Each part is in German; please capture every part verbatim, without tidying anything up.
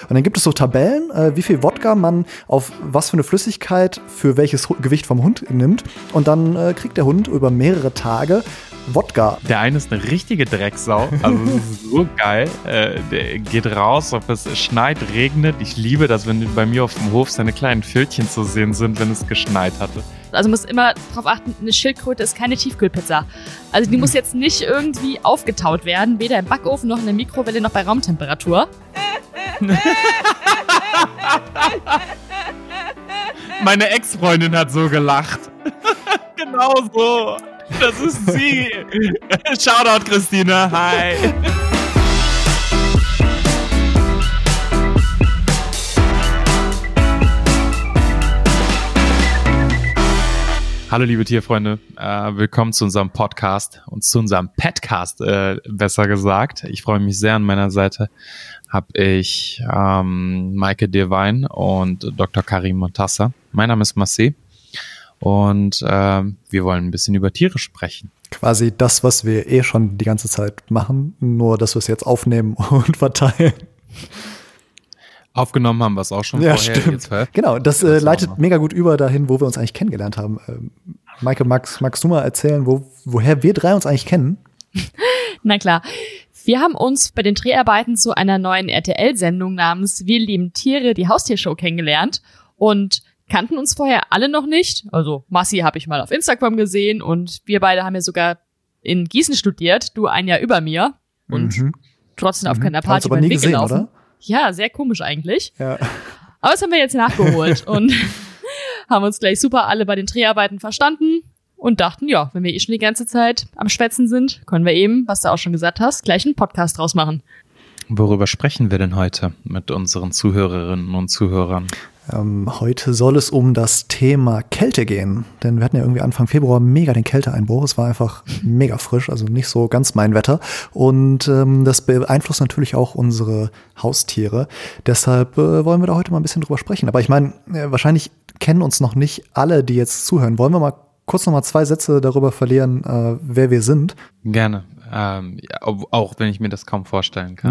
Und dann gibt es so Tabellen, äh, wie viel Wodka man auf was für eine Flüssigkeit für welches Hu- Gewicht vom Hund nimmt. Und dann äh, kriegt der Hund über mehrere Tage Wodka. Der eine ist eine richtige Drecksau, also das ist so geil. Äh, der geht raus, ob es schneit, regnet. Ich liebe das, wenn bei mir auf dem Hof seine kleinen Pfötchen zu sehen sind, wenn es geschneit hatte. Also muss immer darauf achten, eine Schildkröte ist keine Tiefkühlpizza. Also die muss jetzt nicht irgendwie aufgetaut werden, weder im Backofen noch in der Mikrowelle noch bei Raumtemperatur. Meine Ex-Freundin hat so gelacht. Genau so. Das ist sie. Shoutout, Christine. Hi. Hallo liebe Tierfreunde, äh, willkommen zu unserem Podcast und zu unserem Petcast, äh, besser gesagt. Ich freue mich sehr, an meiner Seite habe ich ähm, Maike Devine und Doktor Karim Montassa. Mein Name ist Marcel und äh, wir wollen ein bisschen über Tiere sprechen. Quasi das, was wir eh schon die ganze Zeit machen, nur dass wir es jetzt aufnehmen und verteilen. Aufgenommen haben wir es auch schon ja, vorher. Stimmt. Jetzt, genau, das äh, leitet mega gut über dahin, wo wir uns eigentlich kennengelernt haben. Ähm, Maike, magst, magst du mal erzählen, wo, woher wir drei uns eigentlich kennen? Na klar. Wir haben uns bei den Dreharbeiten zu einer neuen R T L-Sendung namens Wir lieben Tiere, die Haustiershow kennengelernt und kannten uns vorher alle noch nicht. Also Massi habe ich mal auf Instagram gesehen und wir beide haben ja sogar in Gießen studiert, du ein Jahr über mir und Mhm. trotzdem auf Mhm. keiner Haben uns Party aber beim nie Weg gesehen, gelaufen. oder? Ja, sehr komisch eigentlich. Ja. Aber das haben wir jetzt nachgeholt und haben uns gleich super alle bei den Dreharbeiten verstanden und dachten, ja, wenn wir eh schon die ganze Zeit am Schwätzen sind, können wir eben, was du auch schon gesagt hast, gleich einen Podcast draus machen. Worüber sprechen wir denn heute mit unseren Zuhörerinnen und Zuhörern? Ähm, heute soll es um das Thema Kälte gehen, denn wir hatten ja irgendwie Anfang Februar mega den Kälteeinbruch. Es war einfach mega frisch, also nicht so ganz mein Wetter. Und ähm, das beeinflusst natürlich auch unsere Haustiere. Deshalb äh, wollen wir da heute mal ein bisschen drüber sprechen. Aber ich meine, äh, wahrscheinlich kennen uns noch nicht alle, die jetzt zuhören. Wollen wir mal kurz noch mal zwei Sätze darüber verlieren, äh, wer wir sind? Gerne. Ähm, ja, ob, auch wenn ich mir das kaum vorstellen kann.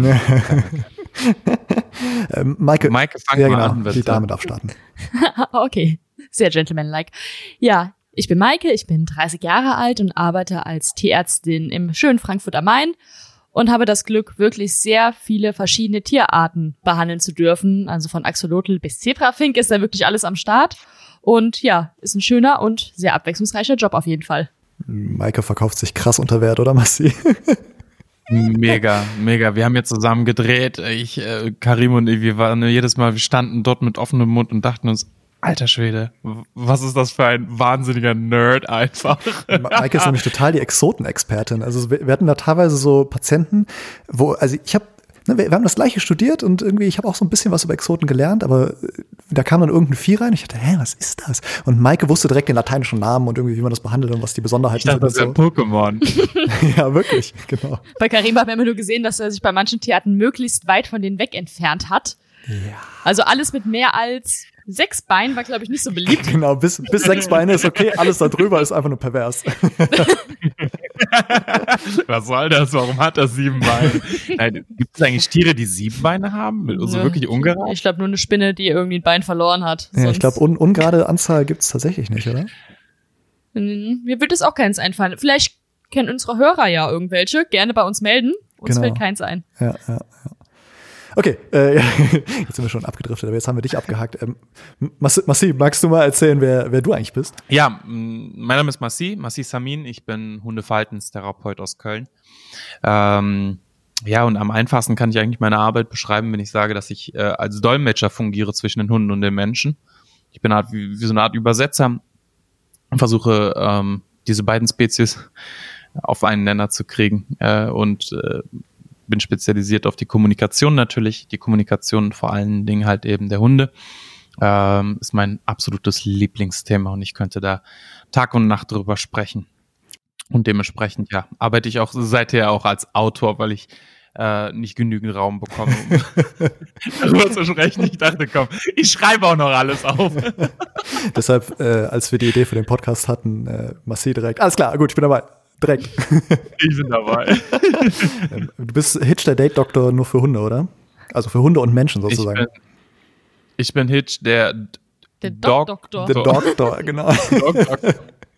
ähm, Maike, Maike, fang ja, mal genau, an, bitte. die Dame darf starten. Okay, sehr gentlemanlike. Ja, ich bin Maike, ich bin dreißig Jahre alt und arbeite als Tierärztin im schönen Frankfurt am Main und habe das Glück, wirklich sehr viele verschiedene Tierarten behandeln zu dürfen. Also von Axolotl bis Zebrafink ist da wirklich alles am Start. Und ja, ist ein schöner und sehr abwechslungsreicher Job auf jeden Fall. Maike verkauft sich krass unter Wert, oder Massi? Mega, mega. Wir haben jetzt zusammen gedreht. Ich, äh, Karim und ich, wir waren jedes Mal, wir standen dort mit offenem Mund und dachten uns, alter Schwede, was ist das für ein wahnsinniger Nerd einfach. Maike ist nämlich total die Exotenexpertin. Also wir, wir hatten da teilweise so Patienten, wo, also ich habe Wir, wir haben das Gleiche studiert und irgendwie, ich habe auch so ein bisschen was über Exoten gelernt, aber da kam dann irgendein Vieh rein und ich dachte, hä, was ist das? Und Maike wusste direkt den lateinischen Namen und irgendwie, wie man das behandelt und was die Besonderheiten ich dachte, das ist sind. ein Pokémon. Ja, wirklich, genau. Bei Karim haben wir immer nur gesehen, dass er sich bei manchen Tierarten möglichst weit von denen weg entfernt hat. Ja. Also alles mit mehr als sechs Beinen war, glaube ich, nicht so beliebt. Genau, bis, bis sechs Beine ist okay, alles da drüber ist einfach nur pervers. Was soll das? Warum hat er sieben Beine? Nein, gibt es eigentlich Tiere, die sieben Beine haben? Also Nö. wirklich ungerade? Ich glaube nur eine Spinne, die irgendwie ein Bein verloren hat. Ja, ich Sonst- glaube, un, ungerade Anzahl gibt's tatsächlich nicht, oder? Hm, Mir wird es auch keins einfallen. Vielleicht kennen unsere Hörer ja irgendwelche. Gerne bei uns melden. Uns Genau. fällt keins ein. Ja, ja, ja. Okay, äh, jetzt sind wir schon abgedriftet, aber jetzt haben wir dich abgehakt. Ähm, Massi, Massi, magst du mal erzählen, wer, wer du eigentlich bist? Ja, m, mein Name ist Massi, Massi Samin. Ich bin Hundeverhaltenstherapeut aus Köln. Ähm, ja, und am einfachsten kann ich eigentlich meine Arbeit beschreiben, wenn ich sage, dass ich äh, als Dolmetscher fungiere zwischen den Hunden und den Menschen. Ich bin halt wie, wie so eine Art Übersetzer und versuche, ähm, diese beiden Spezies auf einen Nenner zu kriegen äh, und äh, bin spezialisiert auf die Kommunikation natürlich, die Kommunikation vor allen Dingen halt eben der Hunde, ähm, ist mein absolutes Lieblingsthema und ich könnte da Tag und Nacht drüber sprechen. Und dementsprechend, ja, arbeite ich auch seither auch als Autor, weil ich äh, nicht genügend Raum bekomme, um darüber zu sprechen. Ich dachte, komm, ich schreibe auch noch alles auf. Deshalb, äh, als wir die Idee für den Podcast hatten, äh, Massi direkt, alles klar, gut, ich bin dabei. Direkt. Ich bin dabei. Du bist Hitch der Date-Doktor nur für Hunde, oder? also für Hunde und Menschen sozusagen. Ich bin, ich bin Hitch, der Der Dog-Doktor. Der Doktor, genau. Dog-Doktor.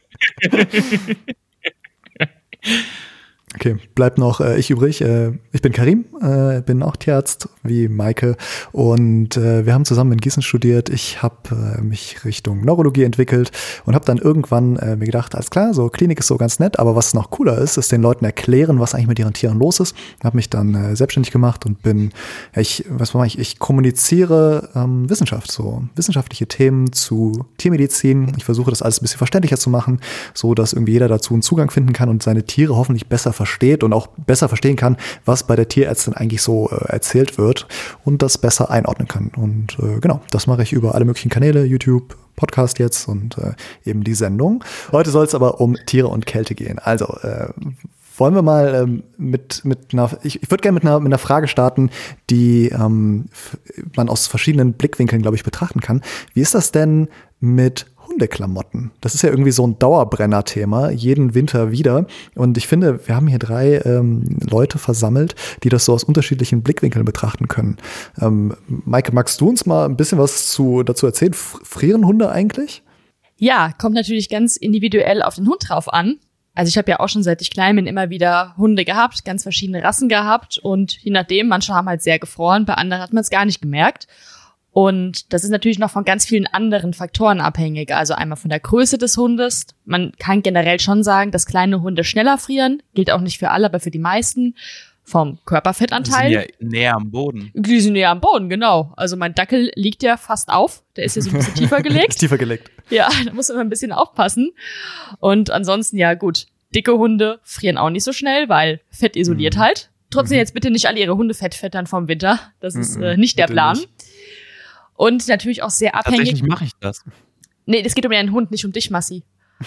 Okay, bleibt noch äh, ich übrig. Äh, ich bin Karim, äh, bin auch Tierarzt wie Maike und äh, wir haben zusammen in Gießen studiert. Ich habe äh, mich Richtung Neurologie entwickelt und habe dann irgendwann äh, mir gedacht, alles klar, so Klinik ist so ganz nett, aber was noch cooler ist, ist den Leuten erklären, was eigentlich mit ihren Tieren los ist. Habe mich dann äh, selbstständig gemacht und bin, ich, was mache ich? Ich kommuniziere ähm, Wissenschaft, so wissenschaftliche Themen zu Tiermedizin. Ich versuche das alles ein bisschen verständlicher zu machen, so dass irgendwie jeder dazu einen Zugang finden kann und seine Tiere hoffentlich besser versteht und auch besser verstehen kann, was bei der Tierärztin eigentlich so äh, erzählt wird und das besser einordnen kann. Und äh, genau, das mache ich über alle möglichen Kanäle, YouTube, Podcast jetzt und äh, eben die Sendung. Heute soll es aber um Tiere und Kälte gehen. Also, äh, wollen wir mal ähm, mit, mit einer, ich, ich würde gerne mit einer, mit einer Frage starten, die ähm, man aus verschiedenen Blickwinkeln, glaube ich, betrachten kann. Wie ist das denn mit Hundeklamotten? Das ist ja irgendwie so ein Dauerbrenner-Thema, jeden Winter wieder. Und ich finde, wir haben hier drei ähm, Leute versammelt, die das so aus unterschiedlichen Blickwinkeln betrachten können. Ähm, Maike, magst du uns mal ein bisschen was zu, dazu erzählen? Frieren Hunde eigentlich? Ja, kommt natürlich ganz individuell auf den Hund drauf an. Also ich habe ja auch schon seit ich klein bin immer wieder Hunde gehabt, ganz verschiedene Rassen gehabt und je nachdem, manche haben halt sehr gefroren, bei anderen hat man es gar nicht gemerkt. Und das ist natürlich noch von ganz vielen anderen Faktoren abhängig. Also einmal von der Größe des Hundes. Man kann generell schon sagen, dass kleine Hunde schneller frieren. Gilt auch nicht für alle, aber für die meisten. Vom Körperfettanteil. Die sind ja näher am Boden. Die sind näher am Boden, genau. Also mein Dackel liegt ja fast auf. Der ist ja so ein bisschen tiefer gelegt. Ist tiefer gelegt. Ja, da muss man ein bisschen aufpassen. Und ansonsten, ja gut, dicke Hunde frieren auch nicht so schnell, weil Fett isoliert mhm. halt. Trotzdem mhm. jetzt bitte nicht alle ihre Hunde fett fettern vom Winter. Das ist mhm. äh, nicht der Plan. Nicht. Und natürlich auch sehr abhängig. Tatsächlich mache ich das. Nee, es geht um deinen Hund, nicht um dich, Massi.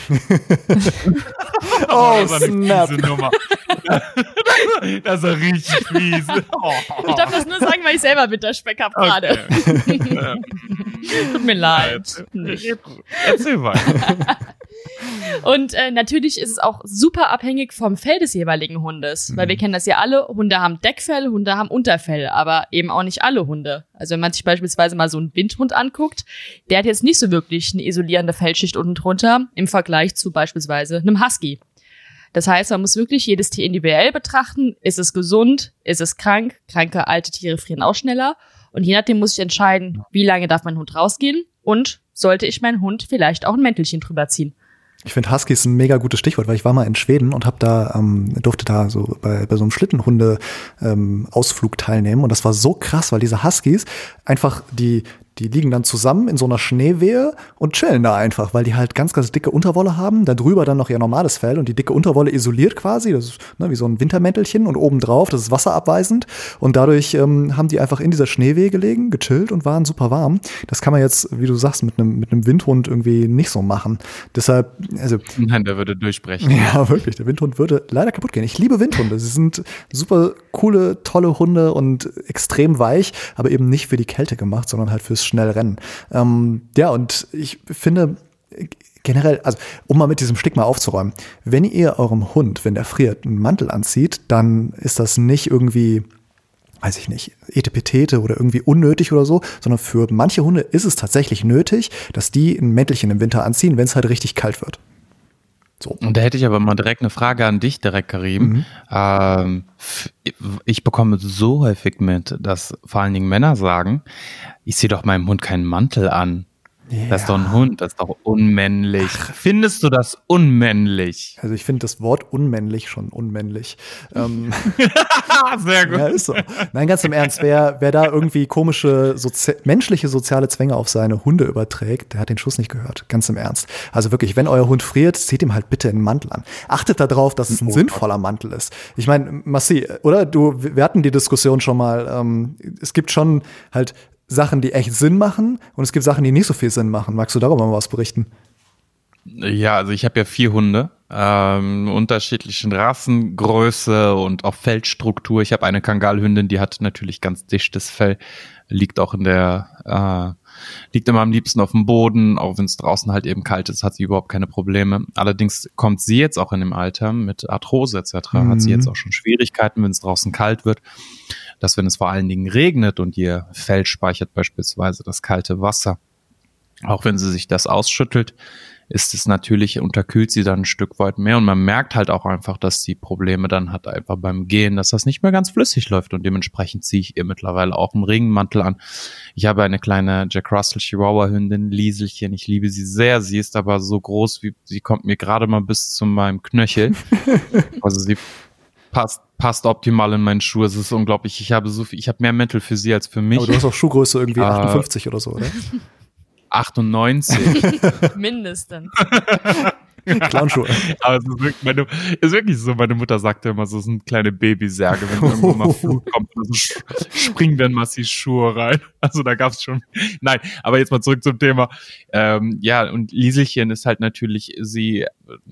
Oh, snap. Das ist ja richtig fies. Oh. Ich darf das nur sagen, weil ich selber Winterspeck habe gerade. Okay. Tut mir leid. Ja, erzähl weiter. Und äh, natürlich ist es auch super abhängig vom Fell des jeweiligen Hundes, mhm. weil wir kennen das ja alle, Hunde haben Deckfell, Hunde haben Unterfell, aber eben auch nicht alle Hunde. Also wenn man sich beispielsweise mal so einen Windhund anguckt, der hat jetzt nicht so wirklich eine isolierende Fellschicht unten drunter im Vergleich zu beispielsweise einem Husky. Das heißt, man muss wirklich jedes Tier individuell betrachten. Ist es gesund? Ist es krank? Kranke alte Tiere frieren auch schneller. Und je nachdem muss ich entscheiden, wie lange darf mein Hund rausgehen und sollte ich meinen Hund vielleicht auch ein Mäntelchen drüber ziehen. Ich finde Husky ist ein mega gutes Stichwort, weil ich war mal in Schweden und hab da ähm, durfte da so bei, bei so einem Schlittenhunde ähm, Ausflug teilnehmen und das war so krass, weil diese Huskies einfach die Die liegen dann zusammen in so einer Schneewehe und chillen da einfach, weil die halt ganz, ganz dicke Unterwolle haben, da drüber dann noch ihr normales Fell und die dicke Unterwolle isoliert quasi, das ist ne, wie so ein Wintermäntelchen und obendrauf, das ist wasserabweisend und dadurch ähm, haben die einfach in dieser Schneewehe gelegen, gechillt und waren super warm. Das kann man jetzt, wie du sagst, mit einem mit einem Windhund irgendwie nicht so machen. Deshalb, also nein, der würde durchbrechen. Ja, wirklich, der Windhund würde leider kaputt gehen. Ich liebe Windhunde, sie sind super coole, tolle Hunde und extrem weich, aber eben nicht für die Kälte gemacht, sondern halt fürs schnell rennen. Ähm, ja, und ich finde generell, also um mal mit diesem Stigma aufzuräumen, wenn ihr eurem Hund, wenn der friert, einen Mantel anzieht, dann ist das nicht irgendwie, weiß ich nicht, Etepetete oder irgendwie unnötig oder so, sondern für manche Hunde ist es tatsächlich nötig, dass die ein Mäntelchen im Winter anziehen, wenn es halt richtig kalt wird. So. Und da hätte ich aber mal direkt eine Frage an dich, direkt, Karim. Mhm. Ähm, ich bekomme so häufig mit, dass vor allen Dingen Männer sagen, ich ziehe doch meinem Hund keinen Mantel an. Ja. Das ist doch ein Hund, das ist doch unmännlich. Ach. Findest du das unmännlich? Also ich finde das Wort unmännlich schon unmännlich. ähm, Sehr gut. Ja, ist so. Nein, ganz im Ernst, wer, wer da irgendwie komische sozi- menschliche soziale Zwänge auf seine Hunde überträgt, der hat den Schuss nicht gehört. Ganz im Ernst. Also wirklich, wenn euer Hund friert, zieht ihm halt bitte einen Mantel an. Achtet darauf, dass es ein oh, sinnvoller Gott. Mantel ist. Ich meine, Massi, oder? Du, wir hatten die Diskussion schon mal. Ähm, es gibt schon halt Sachen, die echt Sinn machen und es gibt Sachen, die nicht so viel Sinn machen. Magst du darüber mal was berichten? Ja, also ich habe ja vier Hunde ähm, unterschiedlichen Rassen, Größe und auch Fellstruktur. Ich habe eine Kangalhündin, die hat natürlich ganz dichtes Fell, liegt auch in der, äh, liegt immer am liebsten auf dem Boden, auch wenn es draußen halt eben kalt ist, hat sie überhaupt keine Probleme. Allerdings kommt sie jetzt auch in dem Alter mit Arthrose et cetera, mhm. hat sie jetzt auch schon Schwierigkeiten, wenn es draußen kalt wird, dass wenn es vor allen Dingen regnet und ihr Fell speichert beispielsweise das kalte Wasser, auch wenn sie sich das ausschüttelt, ist es natürlich, unterkühlt sie dann ein Stück weit mehr und man merkt halt auch einfach, dass sie Probleme dann hat einfach beim Gehen, dass das nicht mehr ganz flüssig läuft und dementsprechend ziehe ich ihr mittlerweile auch einen Regenmantel an. Ich habe eine kleine Jack Russell Chihuahua Hündin, Lieselchen, ich liebe sie sehr, sie ist aber so groß, wie sie kommt mir gerade mal bis zu meinem Knöchel, also sie passt passt optimal in meinen Schuh, es ist unglaublich, ich habe so viel, ich habe mehr Mäntel für sie als für mich. Aber du hast auch Schuhgröße irgendwie äh, achtundfünfzig oder so, oder? achtundneunzig Mindestens. Clownschuhe. Aber es ist wirklich, meine, ist wirklich so, meine Mutter sagte immer, so sind kleine Babysärge, wenn irgendwo mal Flut kommt, also springen dann massiv Schuhe rein. Also da gab's schon, nein, aber jetzt mal zurück zum Thema. Ähm, ja, und Lieselchen ist halt natürlich, sie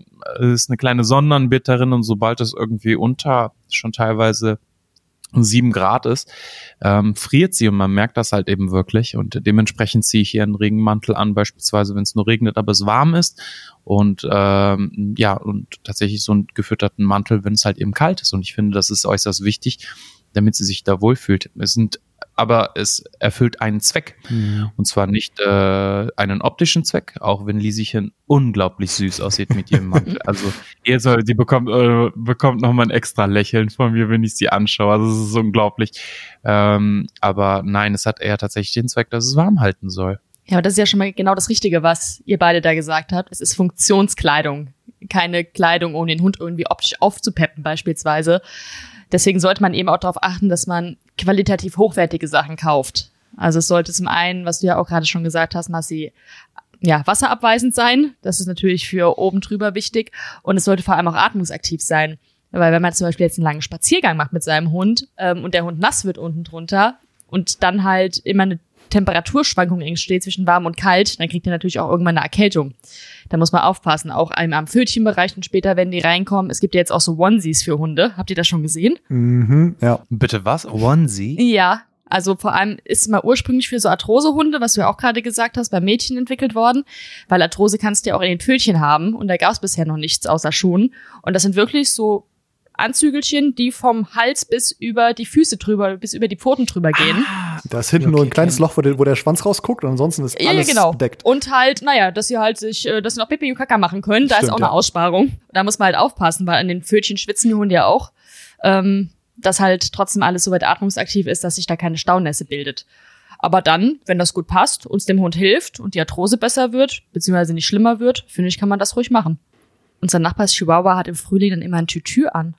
ist eine kleine Sonnenanbeterin und sobald es irgendwie unter schon teilweise sieben Grad ist, ähm, friert sie und man merkt das halt eben wirklich und dementsprechend ziehe ich ihr einen Regenmantel an, beispielsweise wenn es nur regnet, aber es warm ist und ähm, ja, und tatsächlich so einen gefütterten Mantel, wenn es halt eben kalt ist und ich finde, das ist äußerst wichtig, damit sie sich da wohlfühlt. Es sind aber es erfüllt einen Zweck. Mhm. Und zwar nicht äh, einen optischen Zweck, auch wenn Lieschen unglaublich süß aussieht mit ihrem Mantel. Also ihr soll, sie bekommt, äh, bekommt nochmal ein extra Lächeln von mir, wenn ich sie anschaue. Also es ist unglaublich. Ähm, aber nein, es hat eher tatsächlich den Zweck, dass es warm halten soll. Ja, aber das ist ja schon mal genau das Richtige, was ihr beide da gesagt habt. Es ist Funktionskleidung. Keine Kleidung, um den Hund irgendwie optisch aufzupeppen beispielsweise. Deswegen sollte man eben auch darauf achten, dass man qualitativ hochwertige Sachen kauft. Also es sollte zum einen, was du ja auch gerade schon gesagt hast, Massi, ja, wasserabweisend sein. Das ist natürlich für oben drüber wichtig. Und es sollte vor allem auch atmungsaktiv sein. Weil wenn man zum Beispiel jetzt einen langen Spaziergang macht mit seinem Hund ähm, und der Hund nass wird unten drunter und dann halt immer eine Temperaturschwankung entsteht zwischen warm und kalt, dann kriegt er natürlich auch irgendwann eine Erkältung. Da muss man aufpassen, auch am Pfötchenbereich und später, wenn die reinkommen. Es gibt ja jetzt auch so Onesies für Hunde. Habt ihr das schon gesehen? Mhm, ja. Bitte was? Onesie? Ja, also vor allem ist mal ursprünglich für so Arthrosehunde, was du ja auch gerade gesagt hast, bei Mädchen entwickelt worden, weil Arthrose kannst du ja auch in den Pfötchen haben und da gab es bisher noch nichts außer Schuhen. Und das sind wirklich so Anzügelchen, die vom Hals bis über die Füße drüber, bis über die Pfoten drüber gehen. Ah, da ist hinten okay, nur ein kleines Loch, wo der, wo der Schwanz rausguckt und ansonsten ist alles ja, genau. bedeckt. Und halt, naja, dass sie halt sich, dass sie noch Pipi und Kaka machen können, da Stimmt, ist auch ja. eine Aussparung. Da muss man halt aufpassen, weil an den Pfötchen schwitzen die Hunde ja auch, ähm, dass halt trotzdem alles so weit atmungsaktiv ist, dass sich da keine Staunässe bildet. Aber dann, wenn das gut passt, uns dem Hund hilft und die Arthrose besser wird, beziehungsweise nicht schlimmer wird, finde ich, kann man das ruhig machen. Unser Nachbars Chihuahua hat im Frühling dann immer ein Tütü an.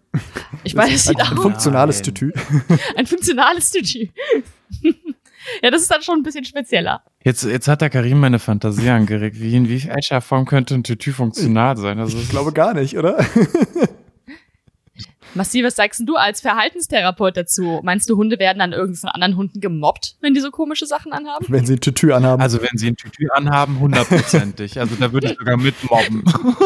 Ich weiß, es sieht ein, ein aus. funktionales Tütü. Ein funktionales Tütü. Ja, das ist dann schon ein bisschen spezieller. Jetzt, jetzt hat der Karim meine Fantasie angeregt. Wie in welcher Form könnte ein Tütü funktional sein? Also ich glaube gar nicht, oder? Massi, was sagst du als Verhaltenstherapeut dazu? Meinst du, Hunde werden dann irgendwie von anderen Hunden gemobbt, wenn die so komische Sachen anhaben? Wenn sie ein Tütü anhaben. Also wenn sie ein Tütü anhaben, hundertprozentig. Also da würde ich sogar mitmobben.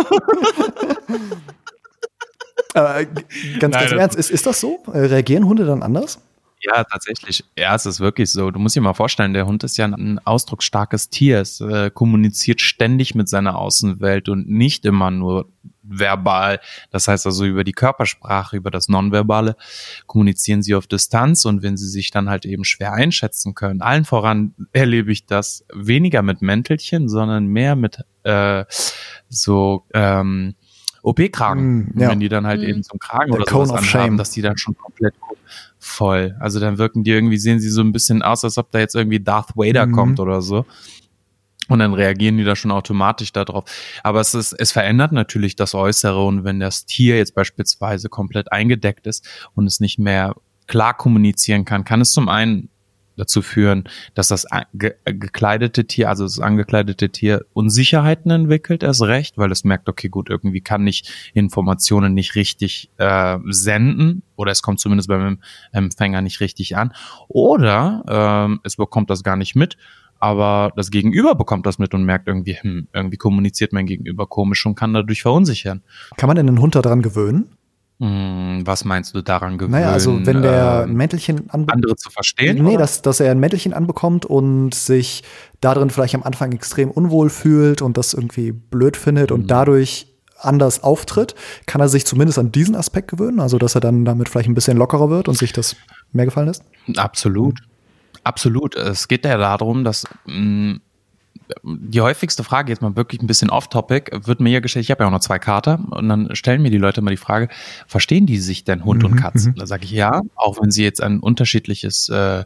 Äh, ganz, Nein, ganz im Ernst, ist, ist das so? Äh, reagieren Hunde dann anders? Ja, tatsächlich. Ja, es ist wirklich so. Du musst dir mal vorstellen, der Hund ist ja ein ausdrucksstarkes Tier. Es äh, kommuniziert ständig mit seiner Außenwelt und nicht immer nur verbal. Das heißt also über die Körpersprache, über das Nonverbale kommunizieren sie auf Distanz und wenn sie sich dann halt eben schwer einschätzen können. Allen voran erlebe ich das weniger mit Mäntelchen, sondern mehr mit äh, so ähm, O P-Kragen, mm, ja. Wenn die dann halt mm. eben so einen Kragen Der oder sowas anhaben, dass die dann schon komplett voll, also dann wirken die irgendwie, sehen sie so ein bisschen aus, als ob da jetzt irgendwie Darth Vader mm. kommt oder so und dann reagieren die da schon automatisch darauf, aber es ist, es verändert natürlich das Äußere und wenn das Tier jetzt beispielsweise komplett eingedeckt ist und es nicht mehr klar kommunizieren kann, kann es zum einen dazu führen, dass das ge- gekleidete Tier, also das angekleidete Tier Unsicherheiten entwickelt, erst recht, weil es merkt, okay, gut, irgendwie kann ich Informationen nicht richtig äh, senden oder es kommt zumindest beim Empfänger nicht richtig an oder ähm, es bekommt das gar nicht mit, aber das Gegenüber bekommt das mit und merkt irgendwie, hm, irgendwie kommuniziert mein Gegenüber komisch und kann dadurch verunsichern. Kann man denn einen Hund daran gewöhnen? Hm, was meinst du daran gewöhnen? Naja, also wenn der ähm, ein Mäntelchen anbekommt. andere zu verstehen? Nee, oder? dass, dass er ein Mäntelchen anbekommt und sich darin vielleicht am Anfang extrem unwohl fühlt und das irgendwie blöd findet Mhm. und dadurch anders auftritt, kann er sich zumindest an diesen Aspekt gewöhnen, also dass er dann damit vielleicht ein bisschen lockerer wird und sich das mehr gefallen lässt? Absolut. Absolut. Es geht ja darum, dass mh, die häufigste Frage, jetzt mal wirklich ein bisschen off-topic, wird mir ja gestellt, ich habe ja auch noch zwei Kater und dann stellen mir die Leute mal die Frage, verstehen die sich denn Hund und Mhm, Katze? mhm. Da sage ich ja, auch wenn sie jetzt ein unterschiedliches, äh,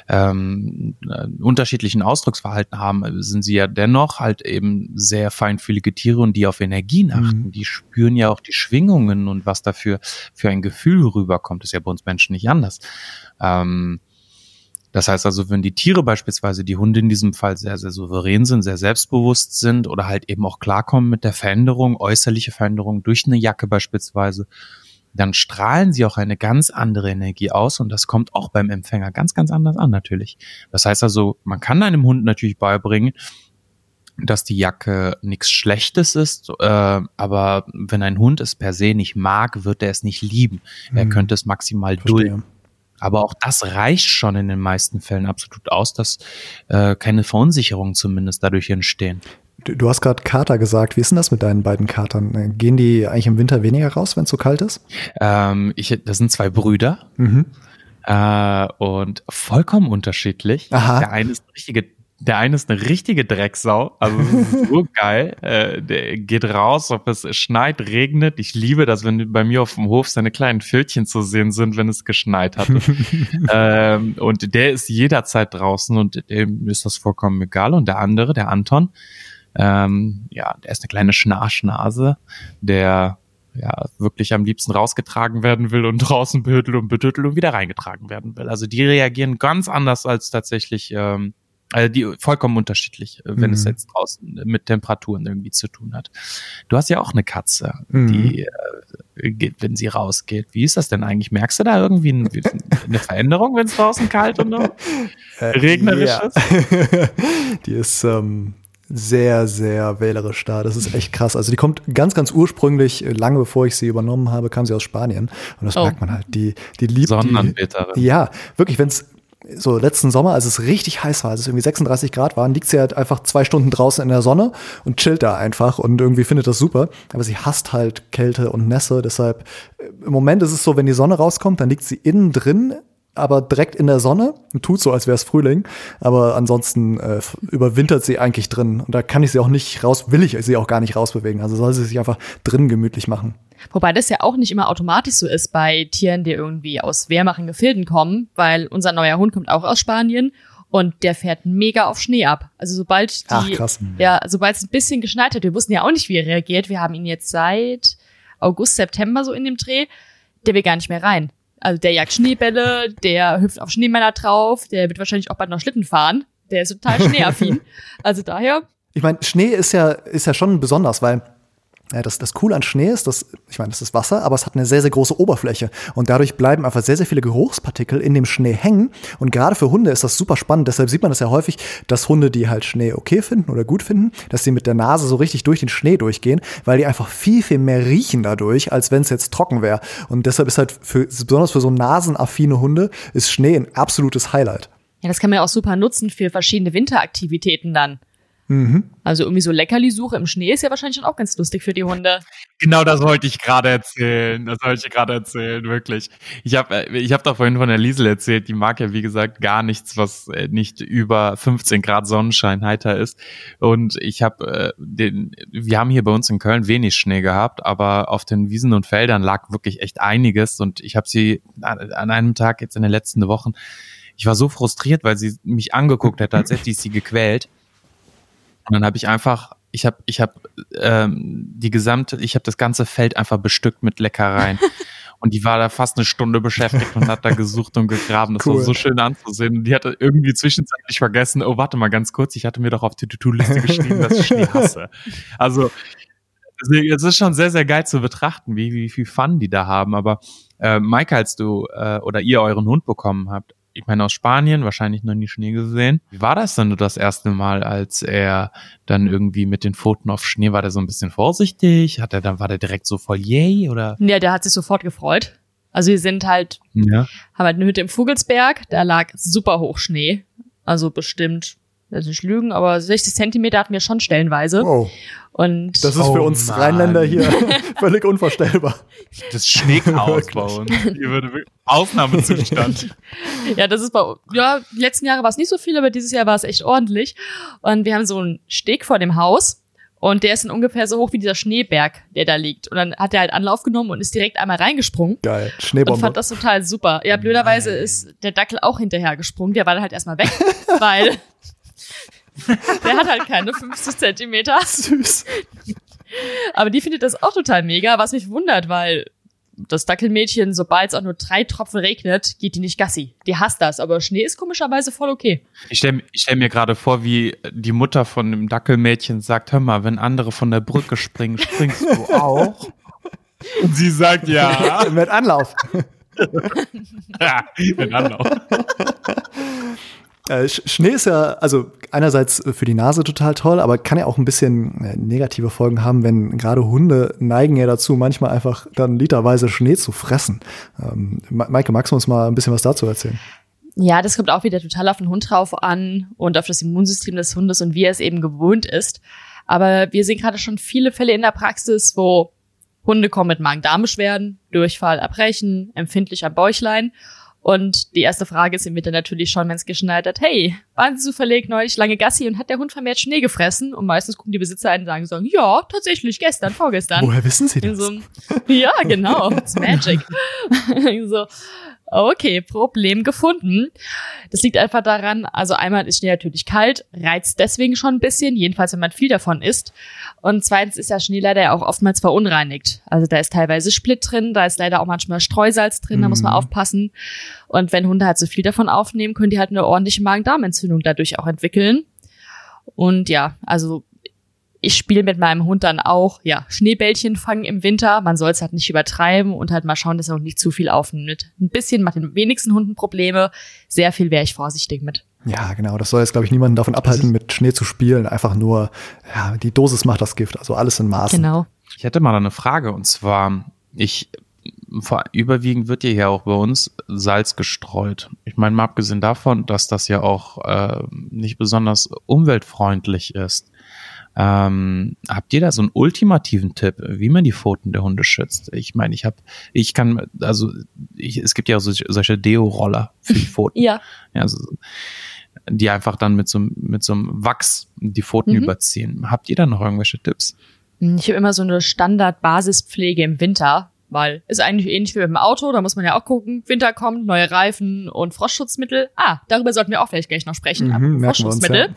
ähm, äh, unterschiedlichen Ausdrucksverhalten haben, sind sie ja dennoch halt eben sehr feinfühlige Tiere und die auf Energien achten. Mhm. Die spüren ja auch die Schwingungen und was dafür für ein Gefühl rüberkommt, ist ja bei uns Menschen nicht anders. Ähm, Das heißt also, wenn die Tiere beispielsweise, die Hunde in diesem Fall sehr, sehr souverän sind, sehr selbstbewusst sind oder halt eben auch klarkommen mit der Veränderung, äußerliche Veränderung durch eine Jacke beispielsweise, dann strahlen sie auch eine ganz andere Energie aus und das kommt auch beim Empfänger ganz, ganz anders an natürlich. Das heißt also, man kann einem Hund natürlich beibringen, dass die Jacke nichts Schlechtes ist, äh, aber wenn ein Hund es per se nicht mag, wird er es nicht lieben. Er Mhm. könnte es maximal Verstehe. dulden. Aber auch das reicht schon in den meisten Fällen absolut aus, dass äh, keine Verunsicherungen zumindest dadurch entstehen. Du, du hast gerade Kater gesagt. Wie ist denn das mit deinen beiden Katern? Gehen die eigentlich im Winter weniger raus, wenn es so kalt ist? Ähm, ich, das sind zwei Brüder Mhm. äh, und vollkommen unterschiedlich. Aha. Der eine ist eine richtige, der eine ist eine richtige Drecksau, also das ist so geil. Äh, der geht raus, ob es schneit, regnet. Ich liebe das, wenn bei mir auf dem Hof seine kleinen Pfötchen zu sehen sind, wenn es geschneit hatte. ähm, und der ist jederzeit draußen und dem ist das vollkommen egal. Und der andere, der Anton, ähm, ja, der ist eine kleine Schnarchnase, der ja wirklich am liebsten rausgetragen werden will und draußen behüttelt und betüttelt und wieder reingetragen werden will. Also die reagieren ganz anders als tatsächlich, ähm, also die vollkommen unterschiedlich, äh, wenn Mhm. es jetzt draußen mit Temperaturen irgendwie zu tun hat. Du hast ja auch eine Katze, Mhm. die, äh, geht, wenn sie rausgeht. Wie ist das denn eigentlich? Merkst du da irgendwie ein, eine Veränderung, wenn es draußen kalt und Äh, regnerisch ja. ist? Die ist ähm, sehr, sehr wählerisch da. Das ist echt krass. Also die kommt ganz, ganz ursprünglich, äh, lange bevor ich sie übernommen habe, kam sie aus Spanien. Und das Oh. merkt man halt. Die, die liebt die. Sonnenanbeterin. Ja, wirklich, wenn es so letzten Sommer, als es richtig heiß war, als es irgendwie sechsunddreißig Grad waren, liegt sie halt einfach zwei Stunden draußen in der Sonne und chillt da einfach und irgendwie findet das super. Aber sie hasst halt Kälte und Nässe. Deshalb, äh, im Moment ist es so, wenn die Sonne rauskommt, dann liegt sie innen drin, aber direkt in der Sonne und tut so, als wäre es Frühling. Aber ansonsten äh, überwintert sie eigentlich drin. Und da kann ich sie auch nicht raus, will ich sie auch gar nicht rausbewegen. Also soll sie sich einfach drin gemütlich machen. Wobei das ja auch nicht immer automatisch so ist bei Tieren, die irgendwie aus wärmeren Gefilden kommen, weil unser neuer Hund kommt auch aus Spanien und der fährt mega auf Schnee ab. Also sobald die, Ach, krass. ja, sobald es ein bisschen geschneit hat, wir wussten ja auch nicht, wie er reagiert. Wir haben ihn jetzt seit August, September so in dem Dreh, der will gar nicht mehr rein. Also der jagt Schneebälle, der hüpft auf Schneemänner drauf, der wird wahrscheinlich auch bald noch Schlitten fahren. Der ist total schneeaffin. Also daher. Ich meine, Schnee ist ja, ist ja schon besonders, weil ja, das, das Coole an Schnee ist, dass, ich meine, das ist Wasser, aber es hat eine sehr, sehr große Oberfläche. Und dadurch bleiben einfach sehr, sehr viele Geruchspartikel in dem Schnee hängen. Und gerade für Hunde ist das super spannend. Deshalb sieht man das ja häufig, dass Hunde, die halt Schnee okay finden oder gut finden, dass sie mit der Nase so richtig durch den Schnee durchgehen, weil die einfach viel, viel mehr riechen dadurch, als wenn es jetzt trocken wäre. Und deshalb ist halt für, besonders für so nasenaffine Hunde, ist Schnee ein absolutes Highlight. Ja, das kann man ja auch super nutzen für verschiedene Winteraktivitäten dann. Mhm. Also irgendwie so Leckerlisuche im Schnee ist ja wahrscheinlich schon auch ganz lustig für die Hunde. Genau, das wollte ich gerade erzählen. Das wollte ich gerade erzählen, wirklich. Ich habe ich hab doch vorhin von der Liesel erzählt, die mag ja, wie gesagt, gar nichts, was äh, nicht über fünfzehn Grad Sonnenschein heiter ist. Und ich habe äh, den, wir haben hier bei uns in Köln wenig Schnee gehabt, aber auf den Wiesen und Feldern lag wirklich echt einiges. Und ich habe sie an, an einem Tag jetzt in den letzten Wochen, ich war so frustriert, weil sie mich angeguckt hätte, als hätte ich sie gequält. Und dann habe ich einfach, ich habe, ich habe ähm, die gesamte, ich habe das ganze Feld einfach bestückt mit Leckereien. Und die war da fast eine Stunde beschäftigt und hat da gesucht und gegraben. Das Cool. war so schön anzusehen. Und die hatte irgendwie zwischenzeitlich vergessen, oh, warte mal ganz kurz, ich hatte mir doch auf die To-Do-Liste geschrieben, dass ich Schnee hasse. Also deswegen, es ist schon sehr, sehr geil zu betrachten, wie, wie viel Fun die da haben. Aber äh, Maike, als du äh, oder ihr euren Hund bekommen habt, ich meine aus Spanien, wahrscheinlich noch nie Schnee gesehen. Wie war das denn das erste Mal, als er dann irgendwie mit den Pfoten auf Schnee, war der so ein bisschen vorsichtig? Hat er dann, war der direkt so voll yay oder? Ja, der hat sich sofort gefreut. Also wir sind halt, ja. haben halt eine Hütte im Vogelsberg, da lag super hoch Schnee. Also bestimmt, lass nicht lügen, aber sechzig Zentimeter hatten wir schon stellenweise. Oh. Und das ist oh für uns Mann. Rheinländer hier völlig unvorstellbar. Das Schneechaos bei uns. Hier würde wirklich Ausnahmezustand. Ja, das ist bei uns. Ja, die letzten Jahre war es nicht so viel, aber dieses Jahr war es echt ordentlich. Und wir haben so einen Steg vor dem Haus. Und der ist dann ungefähr so hoch wie dieser Schneeberg, der da liegt. Und dann hat er halt Anlauf genommen und ist direkt einmal reingesprungen. Geil, Und Schneebombe. fand das total super. Ja, blöderweise Nein. ist der Dackel auch hinterher gesprungen. Der war dann halt erstmal weg, weil der hat halt keine fünfzig Zentimeter. Süß. Aber die findet das auch total mega, was mich wundert, weil das Dackelmädchen, sobald es auch nur drei Tropfen regnet, geht die nicht Gassi. Die hasst das, aber Schnee ist komischerweise voll okay. Ich stelle ich stell mir gerade vor, wie die Mutter von dem Dackelmädchen sagt, hör mal, wenn andere von der Brücke springen, springst du auch? Und sie sagt, ja. Mit Anlauf. Ja, mit Anlauf. Äh, Sch- Schnee ist ja, also einerseits für die Nase total toll, aber kann ja auch ein bisschen äh, negative Folgen haben, wenn gerade Hunde neigen ja dazu, manchmal einfach dann literweise Schnee zu fressen. Ähm, Ma- Maike, magst du uns mal ein bisschen was dazu erzählen? Ja, das kommt auch wieder total auf den Hund drauf an und auf das Immunsystem des Hundes und wie er es eben gewohnt ist. Aber wir sehen gerade schon viele Fälle in der Praxis, wo Hunde kommen mit Magen-Darm-Beschwerden, Durchfall, Erbrechen, empfindlich am Bäuchlein. Und die erste Frage ist im Winter natürlich schon, wenn es geschneit hat, hey, waren Sie zufällig neulich lange Gassi und hat der Hund vermehrt Schnee gefressen? Und meistens gucken die Besitzer ein und sagen, sagen ja, tatsächlich, gestern, vorgestern. Woher wissen Sie In das? so einem, ja, genau, it's magic. So, okay, Problem gefunden. Das liegt einfach daran, also einmal ist Schnee natürlich kalt, reizt deswegen schon ein bisschen, jedenfalls wenn man viel davon isst. Und zweitens ist der Schnee leider auch oftmals verunreinigt. Also da ist teilweise Split drin, da ist leider auch manchmal Streusalz drin, da muss man Mhm. aufpassen. Und wenn Hunde halt so viel davon aufnehmen, können die halt eine ordentliche Magen-Darm-Entzündung dadurch auch entwickeln. Und ja, also ich spiele mit meinem Hund dann auch, ja, Schneebällchen fangen im Winter. Man soll es halt nicht übertreiben und halt mal schauen, dass er auch nicht zu viel aufnimmt. Ein bisschen macht den wenigsten Hunden Probleme. Sehr viel wäre ich vorsichtig mit. Ja, genau. Das soll jetzt, glaube ich, niemanden davon abhalten, mit Schnee zu spielen. Einfach nur, ja, die Dosis macht das Gift. Also alles in Maßen. Genau. Ich hätte mal eine Frage und zwar, ich vor, überwiegend wird ja hier auch bei uns Salz gestreut. Ich meine, mal abgesehen davon, dass das ja auch äh, nicht besonders umweltfreundlich ist. Ähm, habt ihr da so einen ultimativen Tipp, wie man die Pfoten der Hunde schützt? Ich meine, ich habe, ich kann, also ich, es gibt ja auch solche, solche Deo-Roller für die Pfoten. Ja. Ja, also, die einfach dann mit so, mit so einem Wachs die Pfoten Mhm. überziehen. Habt ihr da noch irgendwelche Tipps? Ich habe immer so eine Standard-Basispflege im Winter, weil ist eigentlich ähnlich wie mit dem Auto, da muss man ja auch gucken, Winter kommt, neue Reifen und Frostschutzmittel. Ah, darüber sollten wir auch vielleicht gleich noch sprechen, Mhm, aber merken wir uns, Frostschutzmittel.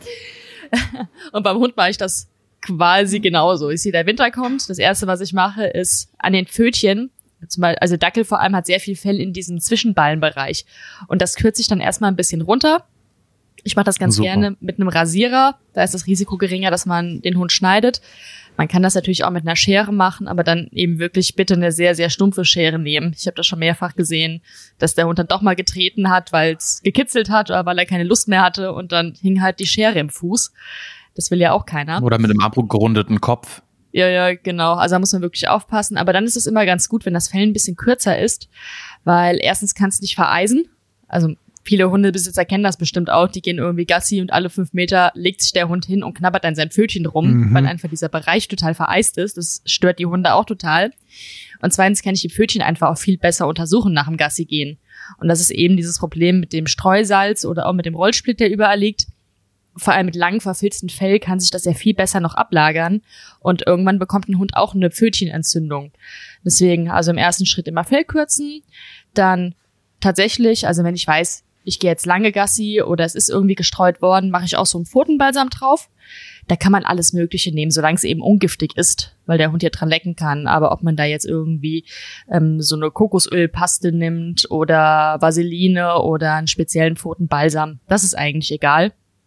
Und beim Hund mache ich das quasi genauso. Ich sehe, der Winter kommt. Das Erste, was ich mache, ist an den Pfötchen, zum Beispiel, also Dackel vor allem hat sehr viel Fell in diesem Zwischenballenbereich. Und das kürze ich dann erstmal ein bisschen runter. Ich mache das ganz Super. gerne mit einem Rasierer. Da ist das Risiko geringer, dass man den Hund schneidet. Man kann das natürlich auch mit einer Schere machen, aber dann eben wirklich bitte eine sehr, sehr stumpfe Schere nehmen. Ich habe das schon mehrfach gesehen, dass der Hund dann doch mal getreten hat, weil es gekitzelt hat oder weil er keine Lust mehr hatte und dann hing halt die Schere im Fuß. Das will ja auch keiner. Oder mit einem abgerundeten Kopf? Ja, ja, genau. Also da muss man wirklich aufpassen. Aber dann ist es immer ganz gut, wenn das Fell ein bisschen kürzer ist, weil erstens kann es nicht vereisen. Also viele Hundebesitzer kennen das bestimmt auch. Die gehen irgendwie Gassi und alle fünf Meter legt sich der Hund hin und knabbert dann sein Pfötchen rum, Mhm. weil einfach dieser Bereich total vereist ist. Das stört die Hunde auch total. Und zweitens kann ich die Pfötchen einfach auch viel besser untersuchen nach dem Gassi gehen. Und das ist eben dieses Problem mit dem Streusalz oder auch mit dem Rollsplit, der überall liegt. Vor allem mit lang verfilztem Fell kann sich das ja viel besser noch ablagern und irgendwann bekommt ein Hund auch eine Pfötchenentzündung. Deswegen also im ersten Schritt immer Fell kürzen, dann tatsächlich, also wenn ich weiß, ich gehe jetzt lange Gassi oder es ist irgendwie gestreut worden, mache ich auch so einen Pfotenbalsam drauf. Da kann man alles Mögliche nehmen, solange es eben ungiftig ist, weil der Hund ja dran lecken kann. Aber ob man da jetzt irgendwie ähm, so eine Kokosölpaste nimmt oder Vaseline oder einen speziellen Pfotenbalsam, das ist eigentlich egal.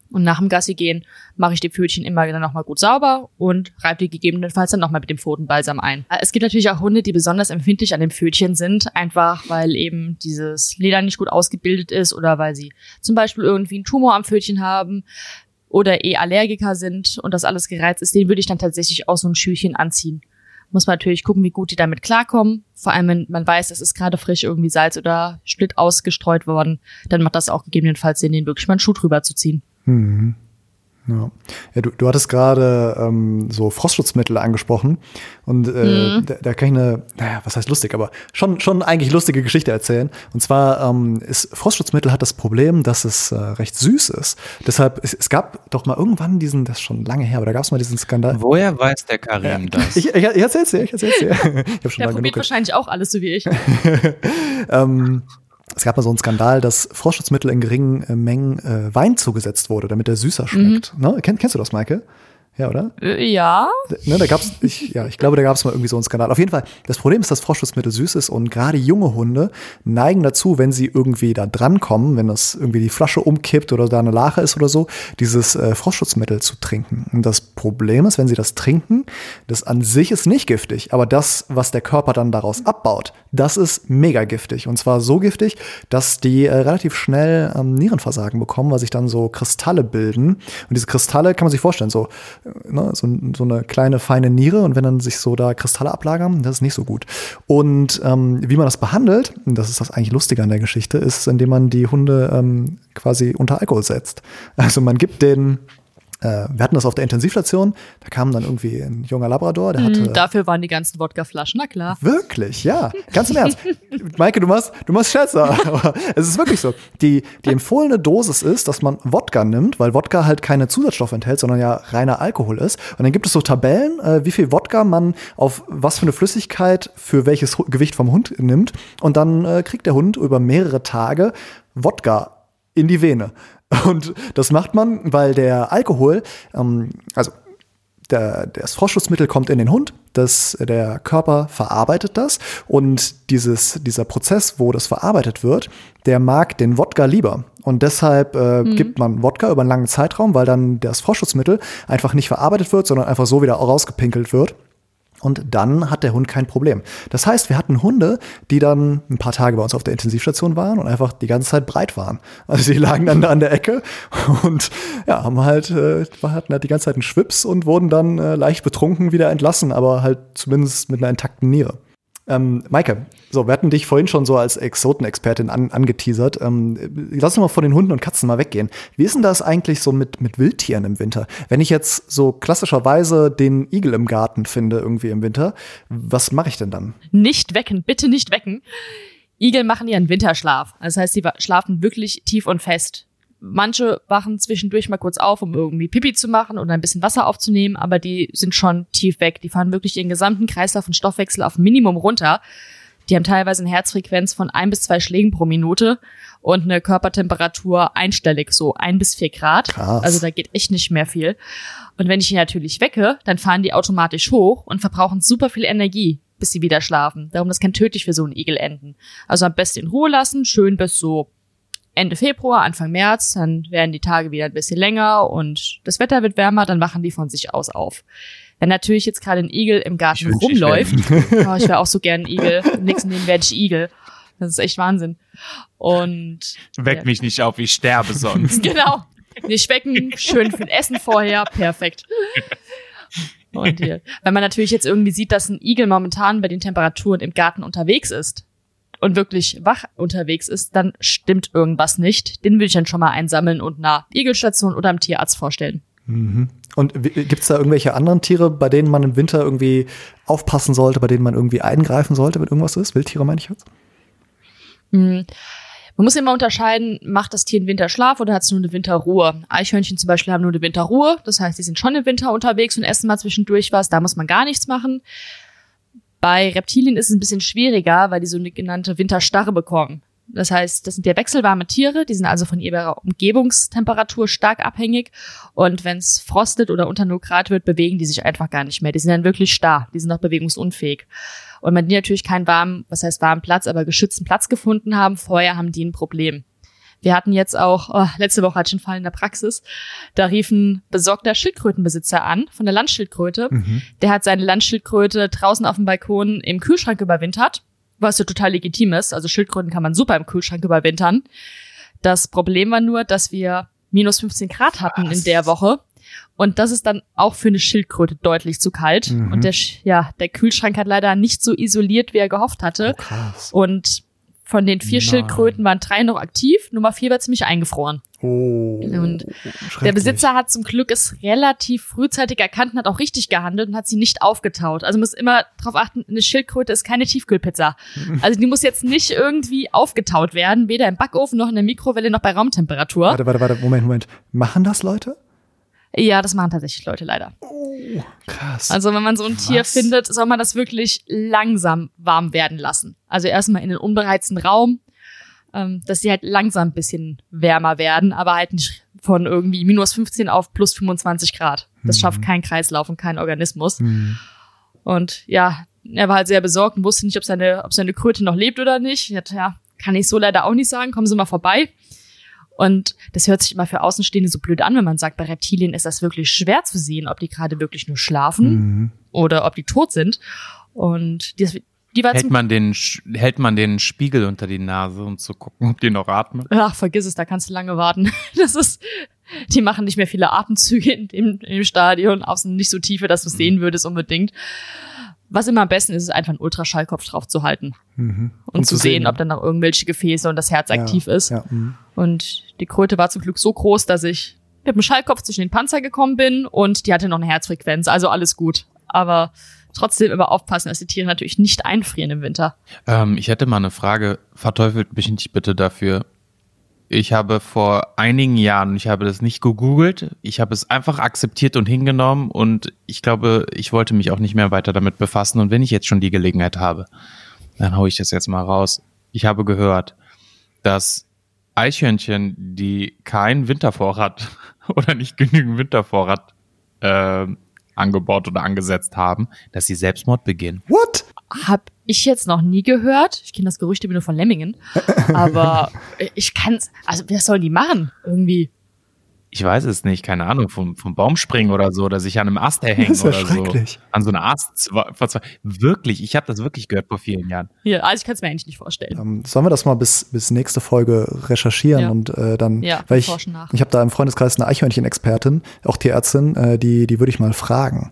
Und nach dem Gassi gehen mache ich die Pfötchen immer dann nochmal gut sauber und reibe die gegebenenfalls dann nochmal mit dem Pfotenbalsam ein. Es gibt natürlich auch Hunde, die besonders empfindlich an den Pfötchen sind, einfach weil eben dieses Leder nicht gut ausgebildet ist oder weil sie zum Beispiel irgendwie einen Tumor am Pfötchen haben oder eh Allergiker sind und das alles gereizt ist. Den würde ich dann tatsächlich auch so ein Schüchchen anziehen. Muss man natürlich gucken, wie gut die damit klarkommen. Vor allem, wenn man weiß, es ist gerade frisch irgendwie Salz oder Split ausgestreut worden, dann macht das auch gegebenenfalls Sinn, den wirklich mal einen Schuh drüber zu ziehen. Mhm. Ja, ja du, du hattest gerade ähm, so Frostschutzmittel angesprochen und äh, mhm. da, da kann ich eine, naja, was heißt lustig, aber schon schon eigentlich lustige Geschichte erzählen. Und zwar ähm, ist Frostschutzmittel hat das Problem, dass es äh, recht süß ist. Deshalb, es, es gab doch mal irgendwann diesen, das ist schon lange her, aber da gab es mal diesen Skandal. Woher weiß der Karim ja. das? Ich, ich, ich erzähl's dir, ich erzähl's dir. Ich hab schon der mal probiert genug wahrscheinlich auch alles so wie ich. ähm, Es gab mal so einen Skandal, dass Frostschutzmittel in geringen äh, Mengen äh, Wein zugesetzt wurde, damit der süßer schmeckt. Mhm. Ne? Kenn, kennst du das, Maike? Ja, oder? Äh, ja. Ne, da gab's, ich, ja, ich glaube, da gab es mal irgendwie so einen Skandal. Auf jeden Fall, das Problem ist, dass Frostschutzmittel süß ist und gerade junge Hunde neigen dazu, wenn sie irgendwie da drankommen, wenn das irgendwie die Flasche umkippt oder da eine Lache ist oder so, dieses äh, Frostschutzmittel zu trinken. Und das Problem ist, wenn sie das trinken, das an sich ist nicht giftig, aber das, was der Körper dann daraus abbaut, das ist mega giftig. Und zwar so giftig, dass die äh, relativ schnell ähm, Nierenversagen bekommen, weil sich dann so Kristalle bilden. Und diese Kristalle kann man sich vorstellen, so Ne, so, so eine kleine, feine Niere und wenn dann sich so da Kristalle ablagern, das ist nicht so gut. Und ähm, wie man das behandelt, und das ist das eigentlich Lustige an der Geschichte, ist, indem man die Hunde ähm, quasi unter Alkohol setzt. Also man gibt den Äh, wir hatten das auf der Intensivstation, da kam dann irgendwie ein junger Labrador, der hatte... Mm, dafür waren die ganzen Wodkaflaschen, na klar. Wirklich, ja. Ganz im Ernst. Maike, du machst, du machst Scherze, aber es ist wirklich so. Die, die empfohlene Dosis ist, dass man Wodka nimmt, weil Wodka halt keine Zusatzstoffe enthält, sondern ja reiner Alkohol ist. Und dann gibt es so Tabellen, äh, wie viel Wodka man auf was für eine Flüssigkeit für welches Gewicht vom Hund nimmt. Und dann äh, kriegt der Hund über mehrere Tage Wodka in die Vene. Und das macht man, weil der Alkohol, ähm, also der, das Frostschutzmittel kommt in den Hund, das, der Körper verarbeitet das und dieses, dieser Prozess, wo das verarbeitet wird, der mag den Wodka lieber. Und deshalb äh, mhm. gibt man Wodka über einen langen Zeitraum, weil dann das Frostschutzmittel einfach nicht verarbeitet wird, sondern einfach so wieder rausgepinkelt wird. Und dann hat der Hund kein Problem. Das heißt, wir hatten Hunde, die dann ein paar Tage bei uns auf der Intensivstation waren und einfach die ganze Zeit breit waren. Also die lagen dann da an der Ecke und ja, haben halt, äh, hatten halt die ganze Zeit einen Schwips und wurden dann äh, leicht betrunken wieder entlassen, aber halt zumindest mit einer intakten Niere. Ähm, Maike, so, wir hatten dich vorhin schon so als Exotenexpertin an, angeteasert. Ähm, lass uns mal von den Hunden und Katzen mal weggehen. Wie ist denn das eigentlich so mit, mit Wildtieren im Winter? Wenn ich jetzt so klassischerweise den Igel im Garten finde irgendwie im Winter, was mache ich denn dann? Nicht wecken, bitte nicht wecken. Igel machen ihren Winterschlaf. Das heißt, sie schlafen wirklich tief und fest. Manche wachen zwischendurch mal kurz auf, um irgendwie Pipi zu machen oder ein bisschen Wasser aufzunehmen, aber die sind schon tief weg. Die fahren wirklich ihren gesamten Kreislauf und Stoffwechsel auf Minimum runter. Die haben teilweise eine Herzfrequenz von ein bis zwei Schlägen pro Minute und eine Körpertemperatur einstellig, so ein bis vier Grad. Krass. Also da geht echt nicht mehr viel. Und wenn ich die natürlich wecke, dann fahren die automatisch hoch und verbrauchen super viel Energie, bis sie wieder schlafen. Darum, das kann tödlich für so einen Igel enden. Also am besten in Ruhe lassen, schön bis so Ende Februar, Anfang März, dann werden die Tage wieder ein bisschen länger und das Wetter wird wärmer, dann wachen die von sich aus auf. Wenn natürlich jetzt gerade ein Igel im Garten rumläuft, ich wäre oh, ich wär auch so gern ein Igel, im nächsten Leben werde ich Igel. Das ist echt Wahnsinn. Und Weck ja. mich nicht auf, ich sterbe sonst. Genau. Nicht wecken, schön viel Essen vorher, perfekt. Und hier, wenn man natürlich jetzt irgendwie sieht, dass ein Igel momentan bei den Temperaturen im Garten unterwegs ist, und wirklich wach unterwegs ist, dann stimmt irgendwas nicht. Den will ich dann schon mal einsammeln und einer Igelstation oder einem Tierarzt vorstellen. Mhm. Und gibt es da irgendwelche anderen Tiere, bei denen man im Winter irgendwie aufpassen sollte, bei denen man irgendwie eingreifen sollte, wenn irgendwas ist? Wildtiere meine ich jetzt? Mhm. Man muss immer unterscheiden, macht das Tier einen Winterschlaf oder hat es nur eine Winterruhe? Eichhörnchen zum Beispiel haben nur eine Winterruhe, das heißt, die sind schon im Winter unterwegs und essen mal zwischendurch was, da muss man gar nichts machen. Bei Reptilien ist es ein bisschen schwieriger, weil die so eine genannte Winterstarre bekommen. Das heißt, das sind ja wechselwarme Tiere, die sind also von ihrer Umgebungstemperatur stark abhängig. Und wenn es frostet oder unter null Grad wird, bewegen die sich einfach gar nicht mehr. Die sind dann wirklich starr, die sind auch bewegungsunfähig. Und wenn die natürlich keinen warmen, was heißt warmen Platz, aber geschützten Platz gefunden haben, vorher haben die ein Problem. Wir hatten jetzt auch, oh, letzte Woche hatte ich einen Fall in der Praxis, da rief ein besorgter Schildkrötenbesitzer an, von der Landschildkröte. Mhm. Der hat seine Landschildkröte draußen auf dem Balkon im Kühlschrank überwintert, was ja total legitim ist. Also Schildkröten kann man super im Kühlschrank überwintern. Das Problem war nur, dass wir minus fünfzehn Grad hatten was? in der Woche. Und das ist dann auch für eine Schildkröte deutlich zu kalt. Mhm. Und der, ja, der Kühlschrank hat leider nicht so isoliert, wie er gehofft hatte. Oh, krass. Und von den vier Nein. Schildkröten waren drei noch aktiv, Nummer vier war ziemlich eingefroren. Oh, und der Besitzer hat zum Glück es relativ frühzeitig erkannt und hat auch richtig gehandelt und hat sie nicht aufgetaut. Also muss immer darauf achten, eine Schildkröte ist keine Tiefkühlpizza. Also die muss jetzt nicht irgendwie aufgetaut werden, weder im Backofen noch in der Mikrowelle noch bei Raumtemperatur. Warte, warte, warte, Moment, Moment. Machen das Leute? Ja, das machen tatsächlich Leute leider. Oh, krass. Also wenn man so ein Was? Tier findet, soll man das wirklich langsam warm werden lassen. Also erstmal in den unbeheizten Raum, ähm, dass sie halt langsam ein bisschen wärmer werden, aber halt nicht von irgendwie minus fünfzehn auf plus fünfundzwanzig Grad. Das mhm. schafft kein Kreislauf und kein Organismus. Mhm. Und ja, er war halt sehr besorgt und wusste nicht, ob seine, ob seine Kröte noch lebt oder nicht. Ich dachte, ja, kann ich so leider auch nicht sagen, kommen Sie mal vorbei. Und das hört sich immer für Außenstehende so blöd an, wenn man sagt, bei Reptilien ist das wirklich schwer zu sehen, ob die gerade wirklich nur schlafen mhm. oder ob die tot sind. Und die, die war hält man den hält man den Spiegel unter die Nase, um zu gucken, ob die noch atmen? Ach, vergiss es, da kannst du lange warten. Das ist, die machen nicht mehr viele Atemzüge in dem, in dem Stadion, außen nicht so tiefe, dass du es mhm. sehen würdest unbedingt. Was immer am besten ist, ist einfach einen Ultraschallkopf drauf zu halten. Mhm. Und, und zu sehen, sehen, ob dann noch irgendwelche Gefäße und das Herz ja, aktiv ist. Ja, und die Kröte war zum Glück so groß, dass ich mit dem Schallkopf zwischen den Panzer gekommen bin und die hatte noch eine Herzfrequenz, also alles gut. Aber trotzdem immer aufpassen, dass die Tiere natürlich nicht einfrieren im Winter. Ähm, ich hätte mal eine Frage, verteufelt mich nicht bitte dafür. Ich habe vor einigen Jahren, ich habe das nicht gegoogelt, ich habe es einfach akzeptiert und hingenommen und ich glaube, ich wollte mich auch nicht mehr weiter damit befassen und wenn ich jetzt schon die Gelegenheit habe, dann hau ich das jetzt mal raus. Ich habe gehört, dass Eichhörnchen, die keinen Wintervorrat oder nicht genügend Wintervorrat äh, angebaut oder angesetzt haben, dass sie Selbstmord begehen. What? Hab ich jetzt noch nie gehört. Ich kenne das Gerücht immer nur von Lemmingen. Aber ich kann's, also was sollen die machen? Irgendwie. Ich weiß es nicht, keine Ahnung, vom, vom Baum springen oder so, oder sich an einem Ast erhängen das ist ja oder so. An so einer Ast. Wirklich, ich habe das wirklich gehört vor vielen Jahren. Ja, also ich kann es mir eigentlich nicht vorstellen. Ähm, sollen wir das mal bis, bis nächste Folge recherchieren ja. und äh, dann, ja, weil ich, ich habe da im Freundeskreis eine Eichhörnchen-Expertin, auch Tierärztin, äh, die, die würde ich mal fragen.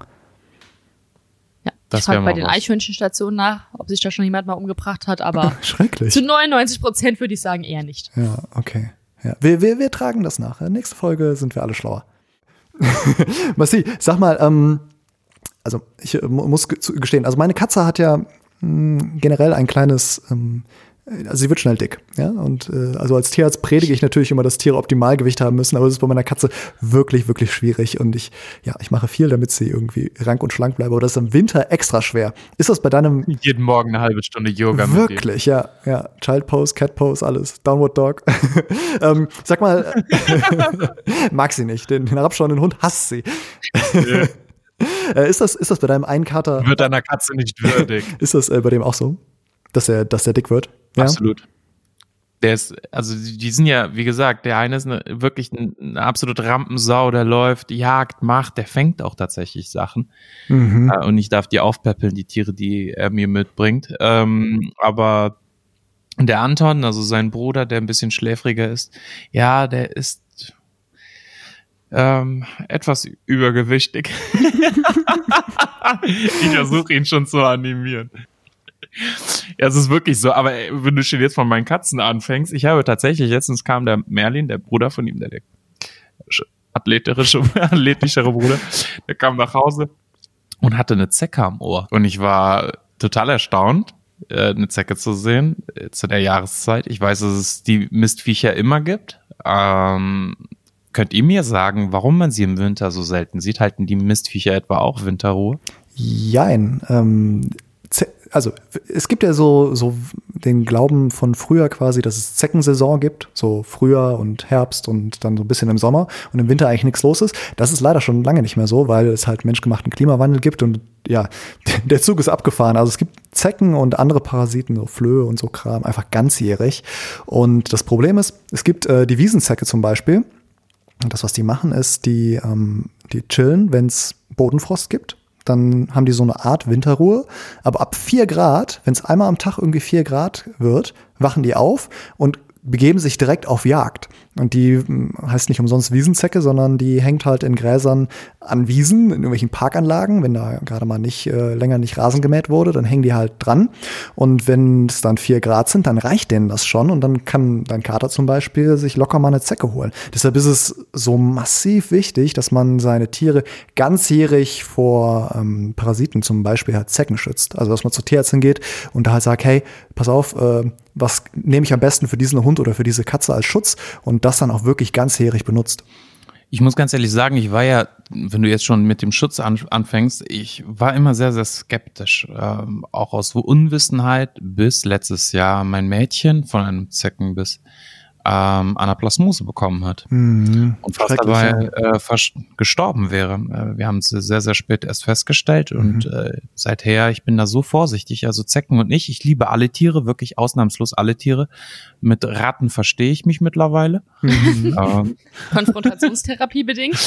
Ja, das ich frage bei den was. Eichhörnchenstationen nach, ob sich da schon jemand mal umgebracht hat, aber schrecklich. Zu neunundneunzig Prozent würde ich sagen eher nicht. Ja, okay. Ja, wir, wir, wir tragen das nach. Nächste Folge sind wir alle schlauer. Massi, sag mal, ähm, also ich äh, muss gestehen, also meine Katze hat ja mh, generell ein kleines, ähm, also sie wird schnell dick, ja, und äh, also als Tierarzt predige ich natürlich immer, dass Tiere Optimalgewicht haben müssen, aber das ist bei meiner Katze wirklich, wirklich schwierig und ich, ja, ich mache viel, damit sie irgendwie rank und schlank bleibt, aber das ist im Winter extra schwer. Ist das bei deinem... Jeden Morgen eine halbe Stunde Yoga mit wirklich, dir. ja, ja, Child Pose, Cat Pose, alles, Downward Dog. ähm, sag mal, mag sie nicht, den, den herabschauenden Hund hasst sie. Yeah. äh, ist das, ist das bei deinem einen Kater... Wird deiner Katze nicht würdig. Ist das äh, bei dem auch so, dass er, dass er dick wird? Ja? Absolut. Der ist, also die sind ja, wie gesagt, der eine ist eine, wirklich eine, eine absolute Rampensau, der läuft, jagt, macht, der fängt auch tatsächlich Sachen. Mhm. Äh, und ich darf die aufpäppeln, die Tiere, die er mir mitbringt. Ähm, aber der Anton, also sein Bruder, der ein bisschen schläfriger ist, ja, der ist ähm, etwas übergewichtig. Ich versuche ihn schon zu animieren. Ja, es ist wirklich so, aber ey, wenn du schon jetzt von meinen Katzen anfängst, ich habe tatsächlich, letztens kam der Merlin, der Bruder von ihm, der, der athletische, athletischere Bruder, der kam nach Hause und hatte eine Zecke am Ohr. Und ich war total erstaunt, eine Zecke zu sehen zu der Jahreszeit. Ich weiß, dass es die Mistviecher immer gibt. Ähm, könnt ihr mir sagen, warum man sie im Winter so selten sieht? Halten die Mistviecher etwa auch Winterruhe? Jein, ähm also es gibt ja so, so den Glauben von früher quasi, dass es Zeckensaison gibt, so Frühjahr und Herbst und dann so ein bisschen im Sommer und im Winter eigentlich nichts los ist. Das ist leider schon lange nicht mehr so, weil es halt menschgemachten Klimawandel gibt und ja, der Zug ist abgefahren. Also es gibt Zecken und andere Parasiten, so Flöhe und so Kram, einfach ganzjährig. Und das Problem ist, es gibt äh, die Wiesenzecke zum Beispiel. Und das, was die machen, ist, die, ähm, die chillen, wenn es Bodenfrost gibt. Dann haben die so eine Art Winterruhe. Aber ab vier Grad, wenn es einmal am Tag irgendwie vier Grad wird, wachen die auf und begeben sich direkt auf Jagd. Und die heißt nicht umsonst Wiesenzecke, sondern die hängt halt in Gräsern an Wiesen, in irgendwelchen Parkanlagen. Wenn da gerade mal nicht äh, länger nicht Rasen gemäht wurde, dann hängen die halt dran. Und wenn es dann vier Grad sind, dann reicht denen das schon. Und dann kann dein Kater zum Beispiel sich locker mal eine Zecke holen. Deshalb ist es so massiv wichtig, dass man seine Tiere ganzjährig vor ähm, Parasiten, zum Beispiel halt Zecken, schützt. Also dass man zur Tierärztin geht und da halt sagt, hey, pass auf, äh, was nehme ich am besten für diesen Hund oder für diese Katze als Schutz? Und das dann auch wirklich ganzjährig benutzt. Ich muss ganz ehrlich sagen, ich war ja, wenn du jetzt schon mit dem Schutz an, anfängst, ich war immer sehr, sehr skeptisch. Ähm, auch aus Unwissenheit, bis letztes Jahr mein Mädchen von einem Zeckenbiss ähm, Anaplasmose bekommen hat. Mhm. Und fast dabei äh, fast gestorben wäre. Äh, wir haben es sehr, sehr spät erst festgestellt mhm. und äh, seither, ich bin da so vorsichtig. Also Zecken und ich, ich liebe alle Tiere, wirklich ausnahmslos alle Tiere. Mit Ratten verstehe ich mich mittlerweile. Mhm. Ähm, Konfrontationstherapie bedingt.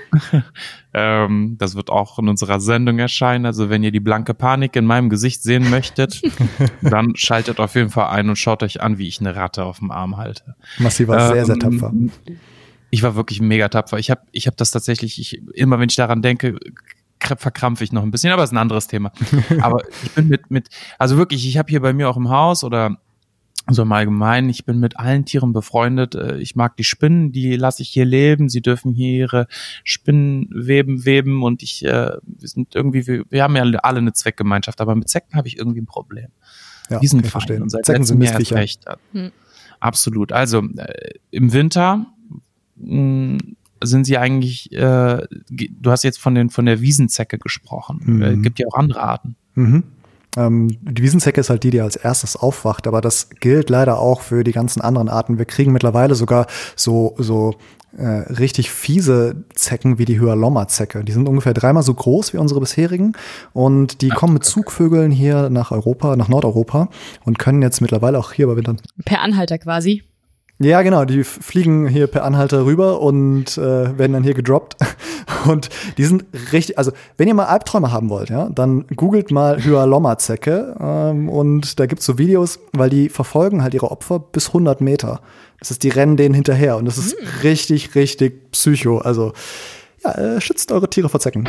ähm, das wird auch in unserer Sendung erscheinen. Also wenn ihr die blanke Panik in meinem Gesicht sehen möchtet, dann schaltet auf jeden Fall ein und schaut euch an, wie ich eine Ratte auf dem Arm halte. Massi war ähm, sehr, sehr tapfer. Ich war wirklich mega tapfer. Ich habe ich hab das tatsächlich, ich, immer wenn ich daran denke, verkrampfe ich noch ein bisschen, aber das ist ein anderes Thema. Aber ich bin mit, mit, also wirklich, ich habe hier bei mir auch im Haus oder so im Allgemeinen, ich bin mit allen Tieren befreundet. Ich mag die Spinnen, die lasse ich hier leben. Sie dürfen hier ihre Spinnenweben weben und ich, äh, wir sind irgendwie, wir, wir haben ja alle eine Zweckgemeinschaft, aber mit Zecken habe ich irgendwie ein Problem. Ja, die sind kann ich verstehen. Und seit Zecken sind letztem Jahr Mistviecher. erst recht. Hm. Absolut. Also äh, im Winter mh, sind sie eigentlich, äh, du hast jetzt von den von der Wiesenzecke gesprochen. Mhm. Es gibt ja auch andere Arten. Mhm. Ähm, die Wiesenzecke ist halt die, die als erstes aufwacht, aber das gilt leider auch für die ganzen anderen Arten. Wir kriegen mittlerweile sogar so so äh, richtig fiese Zecken wie die Hyalomma-Zecke. Die sind ungefähr dreimal so groß wie unsere bisherigen und die Ach, kommen mit okay. Zugvögeln hier nach Europa, nach Nordeuropa und können jetzt mittlerweile auch hier überwintern. Per Anhalter quasi. Ja, genau, die fliegen hier per Anhalter rüber und äh, werden dann hier gedroppt. Und die sind richtig, also wenn ihr mal Albträume haben wollt, ja, dann googelt mal Hyalomma-Zecke ähm, und da gibt's so Videos, weil die verfolgen halt ihre Opfer bis hundert Meter. Das ist, die rennen denen hinterher und das ist mhm. richtig, richtig psycho. Also ja, äh, schützt eure Tiere vor Zecken.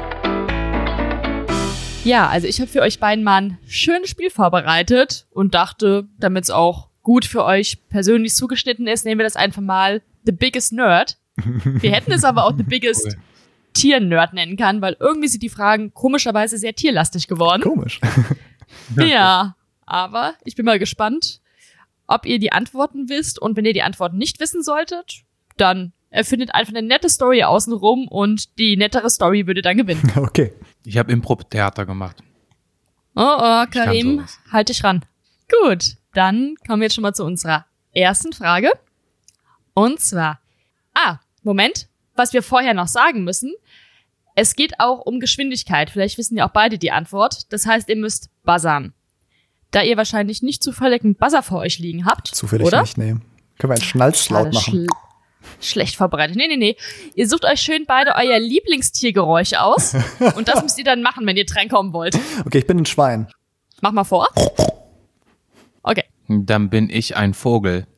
Ja, also ich habe für euch beiden mal ein schönes Spiel vorbereitet und dachte, damit es auch gut für euch persönlich zugeschnitten ist, nehmen wir das einfach mal The Biggest Nerd. Wir hätten es aber auch The Biggest cool. Tier-Nerd nennen können, weil irgendwie sind die Fragen komischerweise sehr tierlastig geworden. Komisch. Ja, aber ich bin mal gespannt, ob ihr die Antworten wisst. Und wenn ihr die Antworten nicht wissen solltet, dann erfindet einfach eine nette Story außenrum und die nettere Story würde dann gewinnen. Okay. Ich habe Impro-Theater gemacht. Oh, oh, Karim, halt dich ran. Gut. Dann kommen wir jetzt schon mal zu unserer ersten Frage. Und zwar, ah, Moment, was wir vorher noch sagen müssen. Es geht auch um Geschwindigkeit. Vielleicht wissen ja auch beide die Antwort. Das heißt, ihr müsst buzzern. Da ihr wahrscheinlich nicht zufällig einen Buzzer vor euch liegen habt, Zufällig oder? nicht, nee. Können wir einen Schnalzlaut machen? Schl- schlecht vorbereitet. Nee, nee, nee. Ihr sucht euch schön beide euer Lieblingstiergeräusch aus. Und das müsst ihr dann machen, wenn ihr reinkommen wollt. Okay, ich bin ein Schwein. Mach mal vor. Okay. Dann bin ich ein Vogel.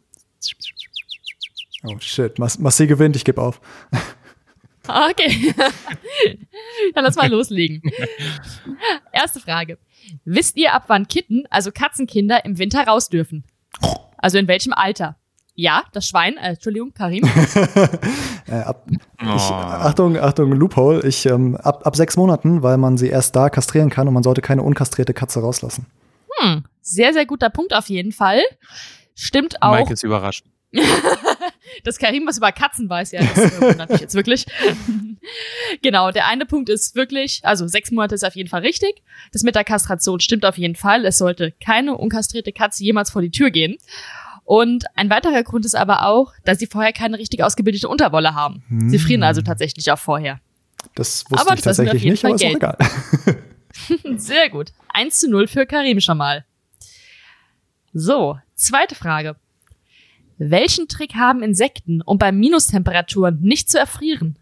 Oh shit, Mas- Massi gewinnt, ich gebe auf. Okay. Dann lass mal loslegen. Erste Frage. Wisst ihr, ab wann Kitten, also Katzenkinder, im Winter raus dürfen? Also in welchem Alter? Ja, das Schwein, äh, Entschuldigung, Karim. äh, ab, ich, Achtung, Achtung, Loophole. Ich, ähm, ab, ab sechs Monaten, weil man sie erst da kastrieren kann und man sollte keine unkastrierte Katze rauslassen. Hm, sehr, sehr guter Punkt auf jeden Fall. Stimmt auch. Mike ist überrascht. Dass Karim was über Katzen weiß, ja, das wundert mich jetzt wirklich. Genau, der eine Punkt ist wirklich, also sechs Monate ist auf jeden Fall richtig. Das mit der Kastration stimmt auf jeden Fall. Es sollte keine unkastrierte Katze jemals vor die Tür gehen. Und ein weiterer Grund ist aber auch, dass sie vorher keine richtig ausgebildete Unterwolle haben. Hm. Sie frieren also tatsächlich auch vorher. Das wusste aber ich das tatsächlich nicht, aber ist auch Geld. egal. Sehr gut. eins zu null für Karim schon mal. So, zweite Frage. Welchen Trick haben Insekten, um bei Minustemperaturen nicht zu erfrieren?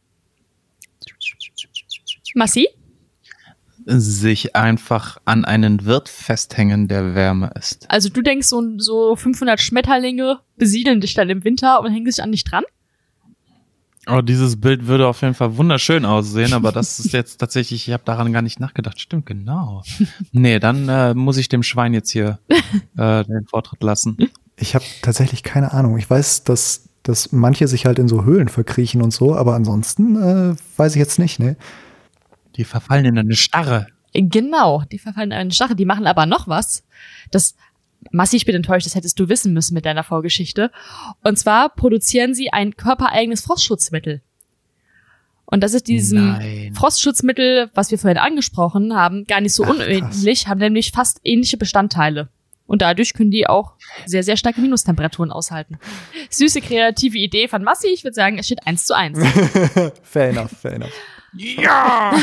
Massi? Sich einfach an einen Wirt festhängen, der wärmer ist. Also du denkst, so, so fünfhundert Schmetterlinge besiedeln dich dann im Winter und hängen sich an dich dran? Oh, dieses Bild würde auf jeden Fall wunderschön aussehen, aber das ist jetzt tatsächlich, ich habe daran gar nicht nachgedacht. Stimmt, genau. Nee, dann äh, muss ich dem Schwein jetzt hier äh, den Vortritt lassen. Ich habe tatsächlich keine Ahnung. Ich weiß, dass, dass manche sich halt in so Höhlen verkriechen und so, aber ansonsten äh, weiß ich jetzt nicht, ne? Die verfallen in eine Starre. Genau, die verfallen in eine Starre. Die machen aber noch was. Das, Massi, ich bin enttäuscht, das hättest du wissen müssen mit deiner Vorgeschichte. Und zwar produzieren sie ein körpereigenes Frostschutzmittel. Und das ist diesem Nein. Frostschutzmittel, was wir vorhin angesprochen haben, gar nicht so Ach, unähnlich, haben nämlich fast ähnliche Bestandteile. Und dadurch können die auch sehr, sehr starke Minustemperaturen aushalten. Süße, kreative Idee von Massi. Ich würde sagen, es steht eins zu eins. Fair enough, fair enough. Ja!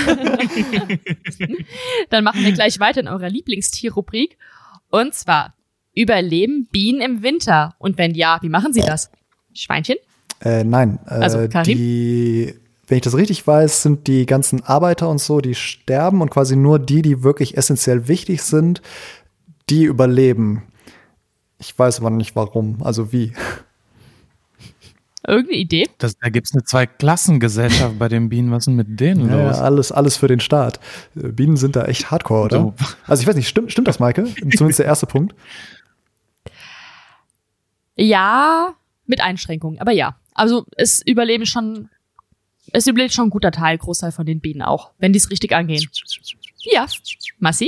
Dann machen wir gleich weiter in eurer Lieblingstierrubrik. Und zwar, überleben Bienen im Winter? Und wenn ja, wie machen sie das? Schweinchen? Äh, nein, äh, Also, Karim? die, wenn ich das richtig weiß, sind die ganzen Arbeiter und so, die sterben und quasi nur die, die wirklich essentiell wichtig sind, die überleben. Ich weiß aber nicht warum, also wie. Irgendeine Idee? Das, da gibt's eine Zweiklassengesellschaft bei den Bienen. Was ist denn mit denen Ja, los? ja, alles, alles für den Staat. Äh, Bienen sind da echt hardcore, oder? So. Also ich weiß nicht, stimmt, stimmt das, Maike? Zumindest der erste Punkt. Ja, mit Einschränkungen, aber ja. Also es überleben schon, es überlebt schon ein guter Teil, Großteil von den Bienen auch, wenn die es richtig angehen. Ja, Massi?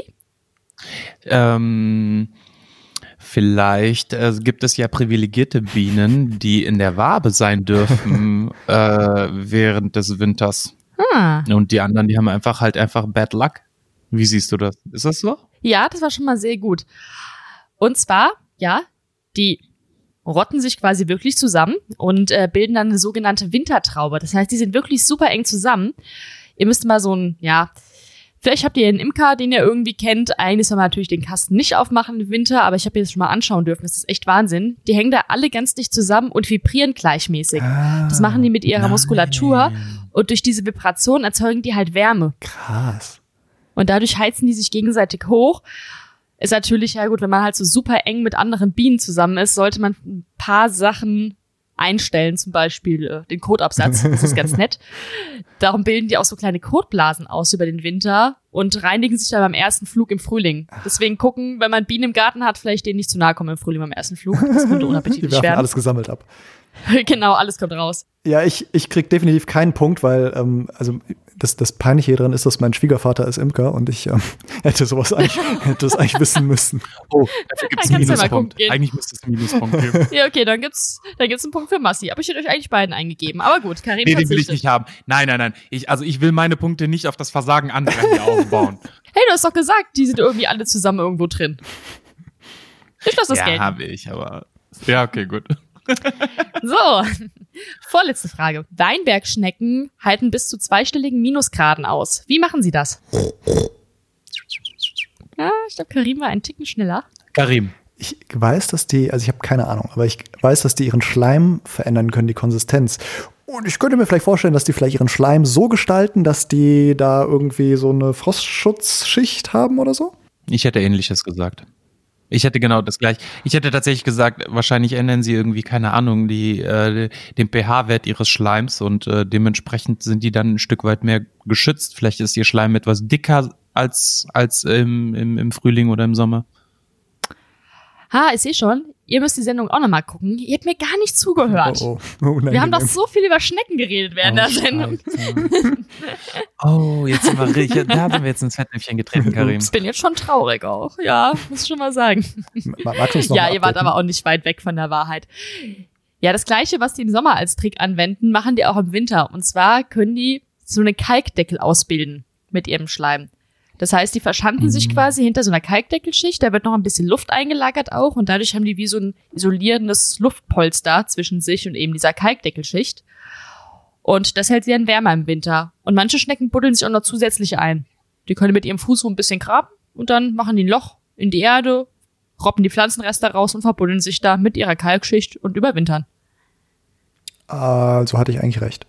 Ähm, vielleicht äh, gibt es ja privilegierte Bienen, die in der Wabe sein dürfen äh, während des Winters. Ah. Und die anderen, die haben einfach halt einfach Bad Luck. Wie siehst du das? Ist das so? Ja, das war schon mal sehr gut. Und zwar, ja, die rotten sich quasi wirklich zusammen und äh, bilden dann eine sogenannte Wintertraube. Das heißt, die sind wirklich super eng zusammen. Ihr müsst mal so ein, ja, vielleicht habt ihr einen Imker, den ihr irgendwie kennt. Eigentlich soll man natürlich den Kasten nicht aufmachen im Winter, aber ich habe mir das schon mal anschauen dürfen. Das ist echt Wahnsinn. Die hängen da alle ganz dicht zusammen und vibrieren gleichmäßig. Ah, Das machen die mit ihrer nein. Muskulatur und durch diese Vibration erzeugen die halt Wärme. Krass. Und dadurch heizen die sich gegenseitig hoch. Ist natürlich, ja gut, wenn man halt so super eng mit anderen Bienen zusammen ist, sollte man ein paar Sachen einstellen, zum Beispiel äh, den Kotabsatz. Das ist ganz nett. Darum bilden die auch so kleine Kotblasen aus über den Winter und reinigen sich dann beim ersten Flug im Frühling. Deswegen gucken, wenn man Bienen im Garten hat, vielleicht denen nicht zu nahe kommen im Frühling beim ersten Flug. Das könnte Die unappetitlich werfen werden. alles gesammelt ab. Genau, alles kommt raus. Ja, ich, ich krieg definitiv keinen Punkt, weil ähm, also das, das Peinliche hier dran ist, dass mein Schwiegervater ist Imker und ich ähm, hätte sowas eigentlich, hätte das eigentlich wissen müssen. Oh, dafür gibt es Dann einen kannst du ja mal Minuspunkt. gucken gehen. Eigentlich müsste es einen Minuspunkt geben. Ja, okay, dann gibt's, dann gibt's einen Punkt für Massi. Aber ich hätte euch eigentlich beiden eingegeben. Aber gut, Karin Nee, den will ich verzichtet. nicht haben. Nein, nein, nein. Ich, also ich will meine Punkte nicht auf das Versagen anderer hier aufbauen. Hey, du hast doch gesagt, die sind irgendwie alle zusammen irgendwo drin. Ich lasse das Ja, gelten. habe ich, aber ja, okay, gut. So, vorletzte Frage. Weinbergschnecken halten bis zu zweistelligen Minusgraden aus. Wie machen sie das? Ja, ich glaube, Karim war ein Ticken schneller. Karim. Ich weiß, dass die, also ich habe keine Ahnung, aber ich weiß, dass die ihren Schleim verändern können, die Konsistenz. Und ich könnte mir vielleicht vorstellen, dass die vielleicht ihren Schleim so gestalten, dass die da irgendwie so eine Frostschutzschicht haben oder so. Ich hätte Ähnliches gesagt. Ich hätte genau das gleiche. Ich hätte tatsächlich gesagt, wahrscheinlich ändern sie irgendwie, keine Ahnung, die, äh, den pH-Wert ihres Schleims und äh, dementsprechend sind die dann ein Stück weit mehr geschützt. Vielleicht ist ihr Schleim etwas dicker als, als im, im, im Frühling oder im Sommer. Ha, ich sehe schon, ihr müsst die Sendung auch nochmal gucken. Ihr habt mir gar nicht zugehört. Oh, oh. Oh, Wir haben doch so viel über Schnecken geredet während der Sendung. Oh, jetzt sind wir richtig, da sind wir jetzt ins Fettnäpfchen getreten, Karim. Ich bin jetzt schon traurig auch. Ja, muss ich schon mal sagen. Magst du uns noch Ja, mal ihr wart updaten? aber auch nicht weit weg von der Wahrheit. Ja, das Gleiche, was die im Sommer als Trick anwenden, machen die auch im Winter. Und zwar können die so eine Kalkdeckel ausbilden mit ihrem Schleim. Das heißt, die verschanzen sich quasi hinter so einer Kalkdeckelschicht, da wird noch ein bisschen Luft eingelagert auch und dadurch haben die wie so ein isolierendes Luftpolster zwischen sich und eben dieser Kalkdeckelschicht. Und das hält sie dann wärmer im Winter. Und manche Schnecken buddeln sich auch noch zusätzlich ein. Die können mit ihrem Fuß so ein bisschen graben und dann machen die ein Loch in die Erde, robben die Pflanzenreste raus und verbuddeln sich da mit ihrer Kalkschicht und überwintern. Also hatte ich eigentlich recht.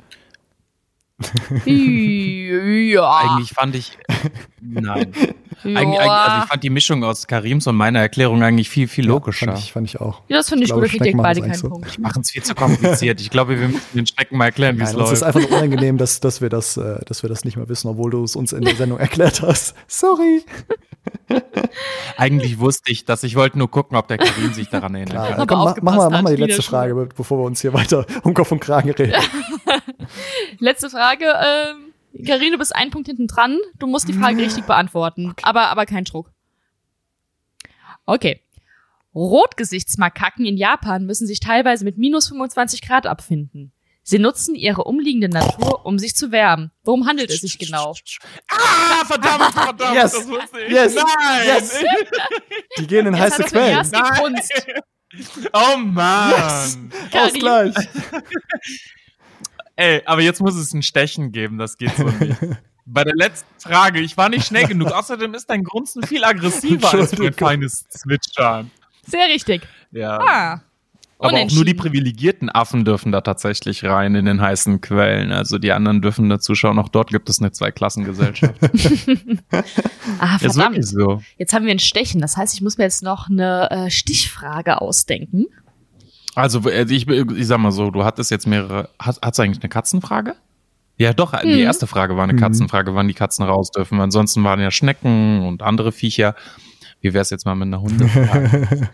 Ja. Eigentlich fand ich, nein. Ja. Eigentlich, also ich fand die Mischung aus Karims und meiner Erklärung eigentlich viel, viel logischer. Ja, fand, ich, fand ich auch. Ja, das finde ich, Ich gut, glaube, da kriegt ihr Schnecken beide machen keinen das Punkt. Wir machen es viel zu kompliziert. Ich glaube, wir müssen den Schnecken mal erklären, wie es Nein, uns läuft. ist einfach nur unangenehm, dass, dass, wir das, äh, dass wir das nicht mehr wissen, obwohl du es uns in der Sendung erklärt hast. Sorry. Eigentlich wusste ich das. Ich wollte nur gucken, ob der Karim sich daran erinnern Klar. kann. Aber Komm, mach, mach, mal, aufgepasst mach mal die hat, letzte wieder Frage, be- bevor wir uns hier weiter um Kopf und Kragen reden. Letzte Frage. Ähm, Karine, du bist einen Punkt hinten dran. Du musst die Frage richtig beantworten. Okay. Aber, aber kein Druck. Okay. Rotgesichtsmakaken in Japan müssen sich teilweise mit minus fünfundzwanzig Grad abfinden. Sie nutzen ihre umliegende Natur, um sich zu wärmen. Worum handelt es sich genau? Ah, verdammt, verdammt, Yes. das wusste ich. Yes. Nein! Yes. Die gehen in Jetzt heiße hat er Quellen. zuerst gegrunzt. Oh Mann! Yes. Karin. Ausgleich. Ey, aber jetzt muss es ein Stechen geben, das geht so nicht. Bei der letzten Frage, ich war nicht schnell genug. Außerdem ist dein Grunzen viel aggressiver als mein feines Zwitschern. Sehr richtig. Ja. Ah. Aber auch nur die Unentschieden. privilegierten Affen dürfen da tatsächlich rein in den heißen Quellen. Also die anderen dürfen da zuschauen. Auch dort gibt es eine Zweiklassengesellschaft. Ah, Ist verdammt. wirklich so. Jetzt haben wir ein Stechen. Das heißt, ich muss mir jetzt noch eine äh, Stichfrage ausdenken. Also äh, ich, ich sag mal so, du hattest jetzt mehrere. Hast, hast du eigentlich eine Katzenfrage? Ja, doch. Die Mhm. erste Frage war eine Mhm. Katzenfrage, wann die Katzen raus dürfen. Ansonsten waren ja Schnecken und andere Viecher. Wie wär's jetzt mal mit einer Hundefrage?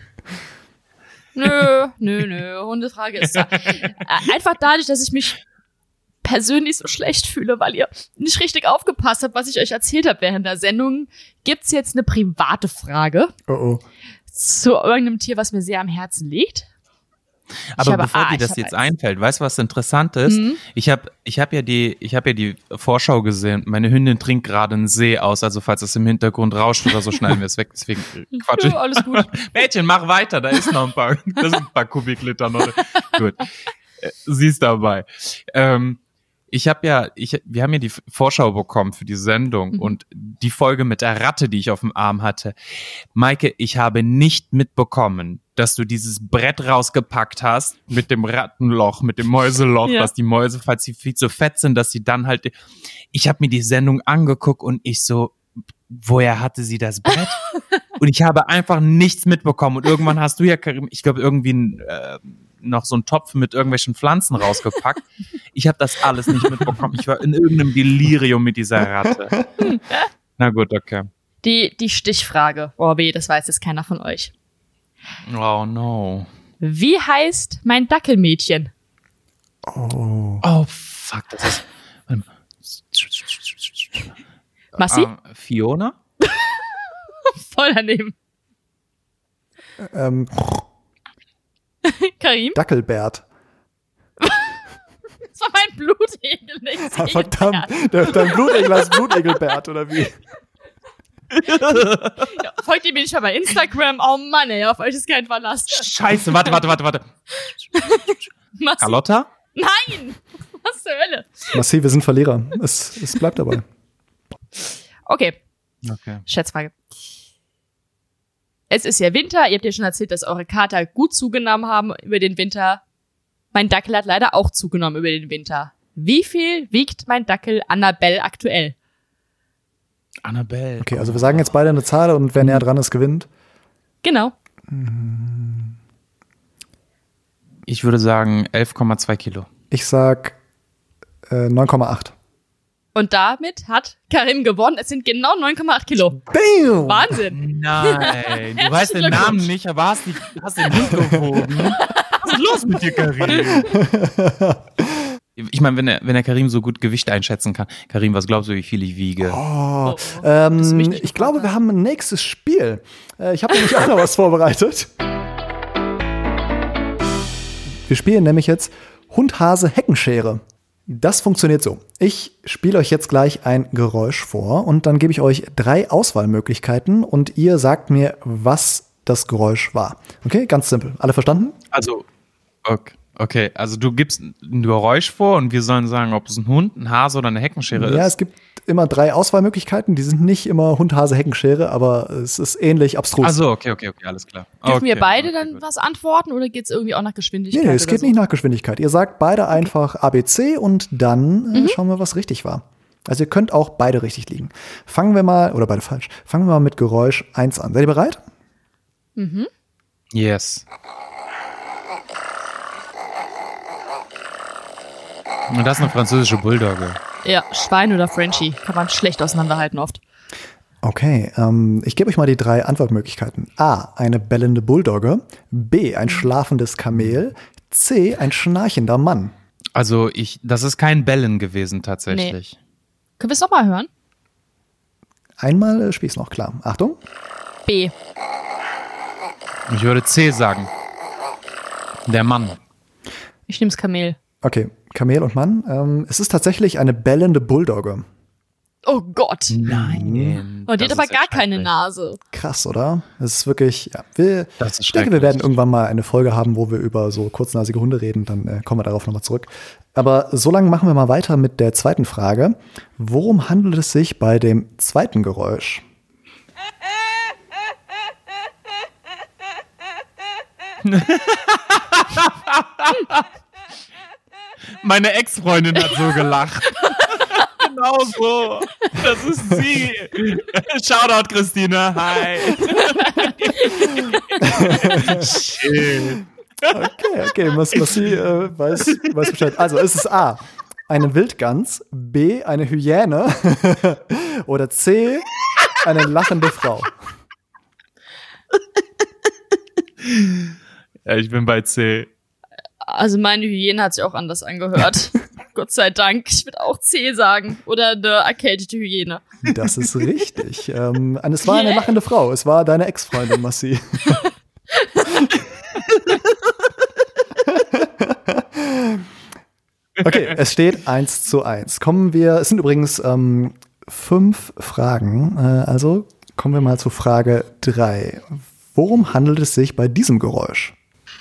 Nö, nö, nö. Hundefrage ist da. Äh, Einfach dadurch, dass ich mich persönlich so schlecht fühle, weil ihr nicht richtig aufgepasst habt, was ich euch erzählt habe während der Sendung, gibt's jetzt eine private Frage Oh oh. zu irgendeinem Tier, was mir sehr am Herzen liegt. Aber habe- bevor ah, dir ich das hab jetzt eins. einfällt, weißt du, was interessant ist? Mhm. Ich habe ich hab ja die ich habe ja die Vorschau gesehen. Meine Hündin trinkt gerade einen See aus, also falls es im Hintergrund rauscht oder so, schneiden wir es weg. Deswegen äh, Quatsch. Ja, alles gut. Mädchen, mach weiter, da ist noch ein paar, da sind ein paar Kubikliter noch. Gut, Äh, sie ist dabei. Ähm, ich habe ja, ich, wir haben ja die Vorschau bekommen für die Sendung Mhm. und die Folge mit der Ratte, die ich auf dem Arm hatte. Maike, ich habe nicht mitbekommen, dass du dieses Brett rausgepackt hast mit dem Rattenloch, mit dem Mäuseloch, Ja. dass die Mäuse, falls sie viel zu fett sind, dass sie dann halt. Ich habe mir die Sendung angeguckt und ich so, woher hatte sie das Brett? Und ich habe einfach nichts mitbekommen. Und irgendwann hast du ja, Karim, ich glaube, irgendwie ein, äh, noch so einen Topf mit irgendwelchen Pflanzen rausgepackt. Ich habe das alles nicht mitbekommen. Ich war in irgendeinem Delirium mit dieser Ratte. Na gut, okay. Die, die Stichfrage. Oh weh, das weiß jetzt keiner von euch. Oh no. Wie heißt mein Dackelmädchen? Oh. Oh fuck, das ist. Warte mal. Massi? Ah, Fiona? Voll daneben. Ähm, Karim? Dackelbert. Das war mein Blutegel. nicht Ah, Segelbert. verdammt. Der, dein Blutegel heißt Blutegelbert, oder wie? Ja, folgt ihr mir nicht mal bei Instagram? Oh Mann, ey, auf euch ist kein Verlass. Scheiße, warte, warte, warte, warte. Massi? Carlotta? Nein! Was zur Hölle? Massi, wir sind Verlierer. Es, es bleibt dabei. Okay, Okay. Schätzfrage. Es ist ja Winter. Ihr habt ja schon erzählt, dass eure Kater gut zugenommen haben über den Winter. Mein Dackel hat leider auch zugenommen über den Winter. Wie viel wiegt mein Dackel Annabelle aktuell? Annabelle. Okay, also wir sagen jetzt beide eine Zahl und wer näher dran ist, gewinnt. Genau. Ich würde sagen elf Komma zwei Kilo. Ich sag äh, neun Komma acht. Und damit hat Karim gewonnen. Es sind genau neun Komma acht Kilo. Bam! Wahnsinn. Nein, du weißt den Glückwunsch. Namen nicht, aber hast, die, hast den Hund gewogen. Was ist los mit dir, Karim? Ich meine, wenn der, wenn der Karim so gut Gewicht einschätzen kann. Karim, was glaubst du, wie viel ich wiege? Oh, Oh, das ist ähm, wichtig. ich glaube, wir haben ein nächstes Spiel. Äh, ich habe nämlich auch noch was vorbereitet. Wir spielen nämlich jetzt Hund, Hase, Heckenschere. Das funktioniert so. Ich spiele euch jetzt gleich ein Geräusch vor und dann gebe ich euch drei Auswahlmöglichkeiten und ihr sagt mir, was das Geräusch war. Okay, ganz simpel. Alle verstanden? Also, okay. Okay, also du gibst ein Geräusch vor und wir sollen sagen, ob es ein Hund, ein Hase oder eine Heckenschere ist. Ja, es gibt immer drei Auswahlmöglichkeiten. Die sind nicht immer Hund, Hase, Heckenschere, aber es ist ähnlich abstrus. Ach so, okay, okay, okay, alles klar. Dürfen okay, wir beide okay, dann gut. was antworten oder geht es irgendwie auch nach Geschwindigkeit? Nee, nee, es oder geht so? nicht nach Geschwindigkeit. Ihr sagt beide einfach A B C und dann äh, schauen wir, was richtig war. Also ihr könnt auch beide richtig liegen. Fangen wir mal, oder beide falsch, fangen wir mal mit Geräusch eins an. Seid ihr bereit? Mhm. Yes. Und das ist eine französische Bulldogge. Ja, Schwein oder Frenchie. Kann man schlecht auseinanderhalten oft. Okay, ähm, ich gebe euch mal die drei Antwortmöglichkeiten. A, eine bellende Bulldogge. B, ein schlafendes Kamel. C, ein schnarchender Mann. Also ich, das ist kein Bellen gewesen tatsächlich. Können wir es nochmal hören? Einmal äh, spiel's noch, klar. Achtung. B. Ich würde C sagen. Der Mann. Ich nehme das Kamel. Okay, Kamel und Mann. Ähm, es ist tatsächlich eine bellende Bulldogge. Oh Gott. Nein. Und die hat Das aber ist gar echt keine schrecklich. Nase. Krass, oder? Es ist wirklich, ja. Wir, Das ist ich denke, wir schrecklich. werden irgendwann mal eine Folge haben, wo wir über so kurznasige Hunde reden. Dann äh, kommen wir darauf nochmal zurück. Aber so lange machen wir mal weiter mit der zweiten Frage. Worum handelt es sich bei dem zweiten Geräusch? Meine Ex-Freundin hat so gelacht. Genau so. Das ist sie. Shoutout, Christine. Hi. Shit. Okay, okay, Mas Massi äh, weiß, weiß Bescheid. Also ist es A, eine Wildgans, B, eine Hyäne oder C, eine lachende Frau? Ja, ich bin bei C. Also meine Hyäne hat sich auch anders angehört. Gott sei Dank. Ich würde auch C sagen. Oder eine erkältete Hyäne. Das ist richtig. ähm, und es war eine Yeah. lachende Frau. Es war deine Ex-Freundin, Massi. Okay, es steht eins zu eins. Kommen wir, es sind übrigens ähm, fünf Fragen. Äh, also kommen wir mal zu Frage drei. Worum handelt es sich bei diesem Geräusch?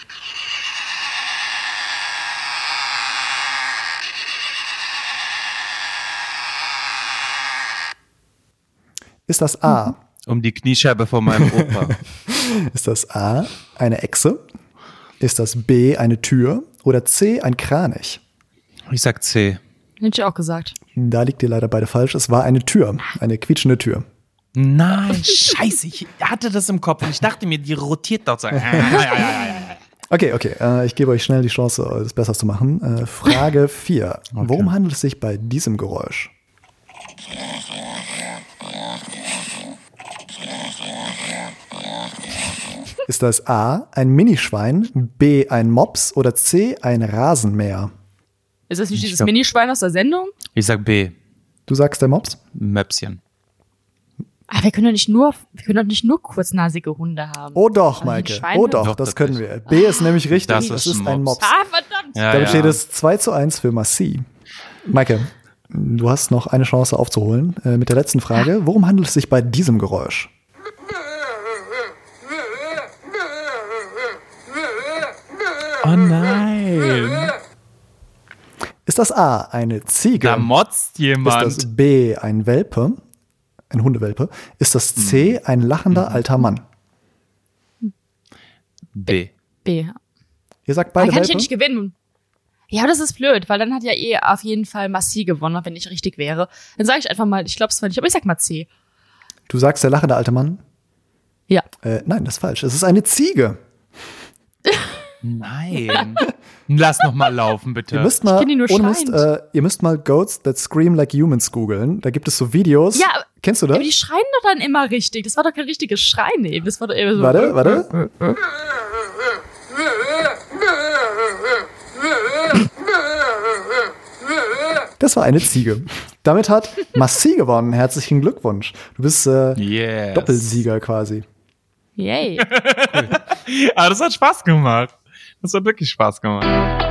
Ist das A, Um die Kniescheibe von meinem Opa. ist das A, eine Echse? Ist das B, eine Tür? Oder C, ein Kranich? Ich sag C. Hätte ich auch gesagt. Da liegt ihr leider beide falsch. Es war eine Tür, eine quietschende Tür. Nein, scheiße. Ich hatte das im Kopf und ich dachte mir, die rotiert dort so. Okay, okay. Äh, ich gebe euch schnell die Chance, es besser zu machen. Äh, Frage vier. Okay. Worum handelt es sich bei diesem Geräusch? Ist das A, ein Minischwein, B, ein Mops oder C, ein Rasenmäher? Ist das nicht Ich dieses glaub- Minischwein aus der Sendung? Ich sag B. Du sagst der Mops? Möpschen. Aber wir können doch nicht nur, wir können doch nicht nur kurznasige Hunde haben. Oh doch, Aber die Maike. Schweine? Oh doch, Doch, das tatsächlich. können wir. B ist nämlich richtig. Das Das ist ist ein ein Mops. Mops. Ah, verdammt. Ja, Damit ja. steht es zwei zu eins für Massi. Maike, du hast noch eine Chance aufzuholen äh, mit der letzten Frage. Worum handelt es sich bei diesem Geräusch? Oh nein. Ist das A, eine Ziege? Da motzt Ist jemand. das B, ein Welpe? Ein Hundewelpe? Ist das C, ein lachender alter Mann? B. B. Ihr sagt Dann beide kann ich ja Welpe? nicht gewinnen. Ja, aber das ist blöd, weil dann hat ja eh auf jeden Fall Massi gewonnen, wenn ich richtig wäre. Dann sage ich einfach mal, ich glaube es zwar nicht, aber ich sag mal C. Du sagst der lachende alte Mann? Ja. Äh, nein, das ist falsch. Es ist eine Ziege. Nein. Lass noch mal laufen, bitte. Ihr müsst mal, kenn die nur ohne Mist, schreiend. äh, ihr müsst mal Goats That Scream Like Humans googeln. Da gibt es so Videos. Ja, Kennst du das? aber die schreien doch dann immer richtig. Das war doch kein richtiges Schreien eben. Das war doch eher so. Warte, warte. Das war eine Ziege. Damit hat Massi gewonnen. Herzlichen Glückwunsch. Du bist äh, yes. Doppelsieger quasi. Yay. Aber das hat Spaß gemacht. Das hat wirklich Spaß gemacht.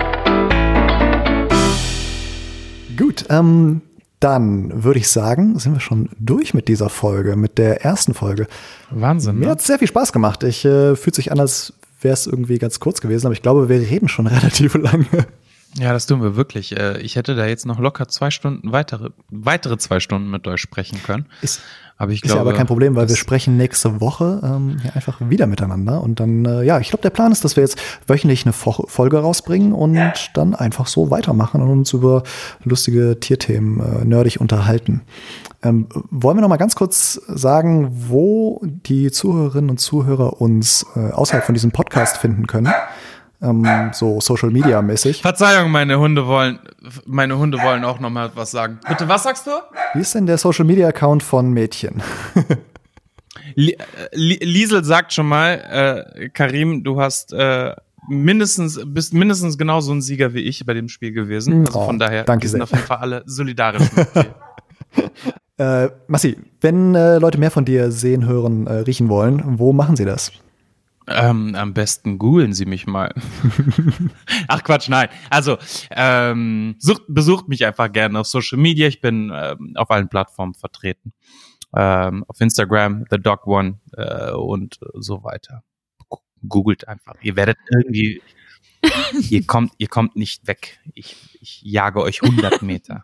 Gut, ähm, dann würde ich sagen, sind wir schon durch mit dieser Folge, mit der ersten Folge. Wahnsinn, Mir ne? hat sehr viel Spaß gemacht. Ich äh, fühlt sich an, als wäre es irgendwie ganz kurz gewesen, aber ich glaube, wir reden schon relativ lange. Ja, das tun wir wirklich. Ich hätte da jetzt noch locker zwei Stunden, weitere, weitere zwei Stunden mit euch sprechen können. Ist, aber ich ist glaube, ja aber kein Problem, weil wir sprechen nächste Woche ähm, ja, einfach wieder miteinander. Und dann, äh, ja, ich glaube, der Plan ist, dass wir jetzt wöchentlich eine Fo- Folge rausbringen und dann einfach so weitermachen und uns über lustige Tierthemen äh, nerdig unterhalten. Ähm, wollen wir noch mal ganz kurz sagen, wo die Zuhörerinnen und Zuhörer uns äh, außerhalb von diesem Podcast finden können? Ähm, so Social-Media-mäßig. Verzeihung, meine Hunde wollen, meine Hunde wollen auch noch mal was sagen. Bitte, was sagst du? Wie ist denn der Social-Media-Account von Mädchen? Li- Li- Liesel sagt schon mal, äh, Karim, du hast äh, mindestens, bist mindestens genauso ein Sieger wie ich bei dem Spiel gewesen. Also oh, von daher, danke wir sind sehr. auf jeden Fall alle solidarisch mit dir. äh, Massi, wenn äh, Leute mehr von dir sehen, hören, äh, riechen wollen, wo machen sie das? Ähm, am besten googeln Sie mich mal. Ach Quatsch, nein. Also, ähm, sucht, besucht mich einfach gerne auf Social Media. Ich bin ähm, auf allen Plattformen vertreten. Ähm, auf Instagram, The Dog One äh, und so weiter. Googelt einfach. Ihr werdet irgendwie, ihr kommt, ihr kommt nicht weg. Ich, ich jage euch hundert Meter.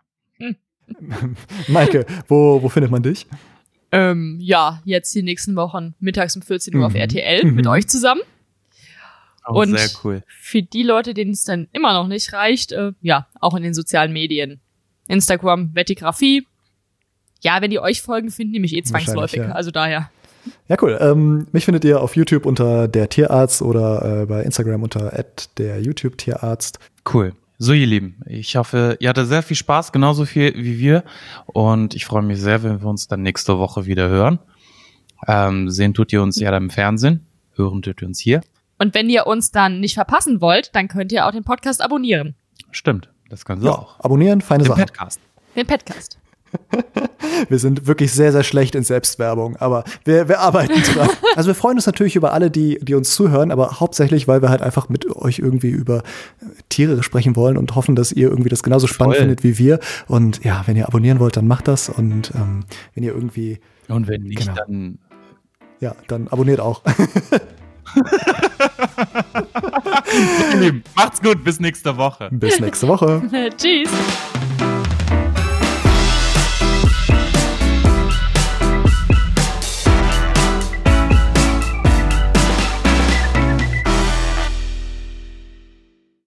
Maike, wo, wo findet man dich? Ähm, ja, jetzt die nächsten Wochen mittags um vierzehn Uhr auf Mhm. R T L Mhm. mit euch zusammen. Oh, Und sehr cool. für die Leute, denen es dann immer noch nicht reicht, äh, ja, auch in den sozialen Medien. Instagram, Vettigraphie. Ja, wenn die euch folgen, finden die mich eh zwangsläufig. Wahrscheinlich, ja. Also daher. Ja, cool. Ähm, mich findet ihr auf YouTube unter der Tierarzt oder äh, bei Instagram unter at der YouTube Tierarzt. Cool. So, ihr Lieben, ich hoffe, ihr hattet sehr viel Spaß, genauso viel wie wir. Und ich freue mich sehr, wenn wir uns dann nächste Woche wieder hören. Ähm, sehen tut ihr uns ja dann im Fernsehen, hören tut ihr uns hier. Und wenn ihr uns dann nicht verpassen wollt, dann könnt ihr auch den Podcast abonnieren. Stimmt, das können Sie Ja, auch. abonnieren, feine Den Sache. Podcast. Den Podcast. Wir sind wirklich sehr, sehr schlecht in Selbstwerbung, aber wir, wir arbeiten dran. Also wir freuen uns natürlich über alle, die, die uns zuhören, aber hauptsächlich, weil wir halt einfach mit euch irgendwie über Tiere sprechen wollen und hoffen, dass ihr irgendwie das genauso spannend Voll. findet wie wir. Und ja, wenn ihr abonnieren wollt, dann macht das. Und ähm, wenn ihr irgendwie, Und wenn nicht, Genau. dann ja, dann abonniert auch. Ihr Lieben, macht's gut, bis nächste Woche. Bis nächste Woche. Tschüss.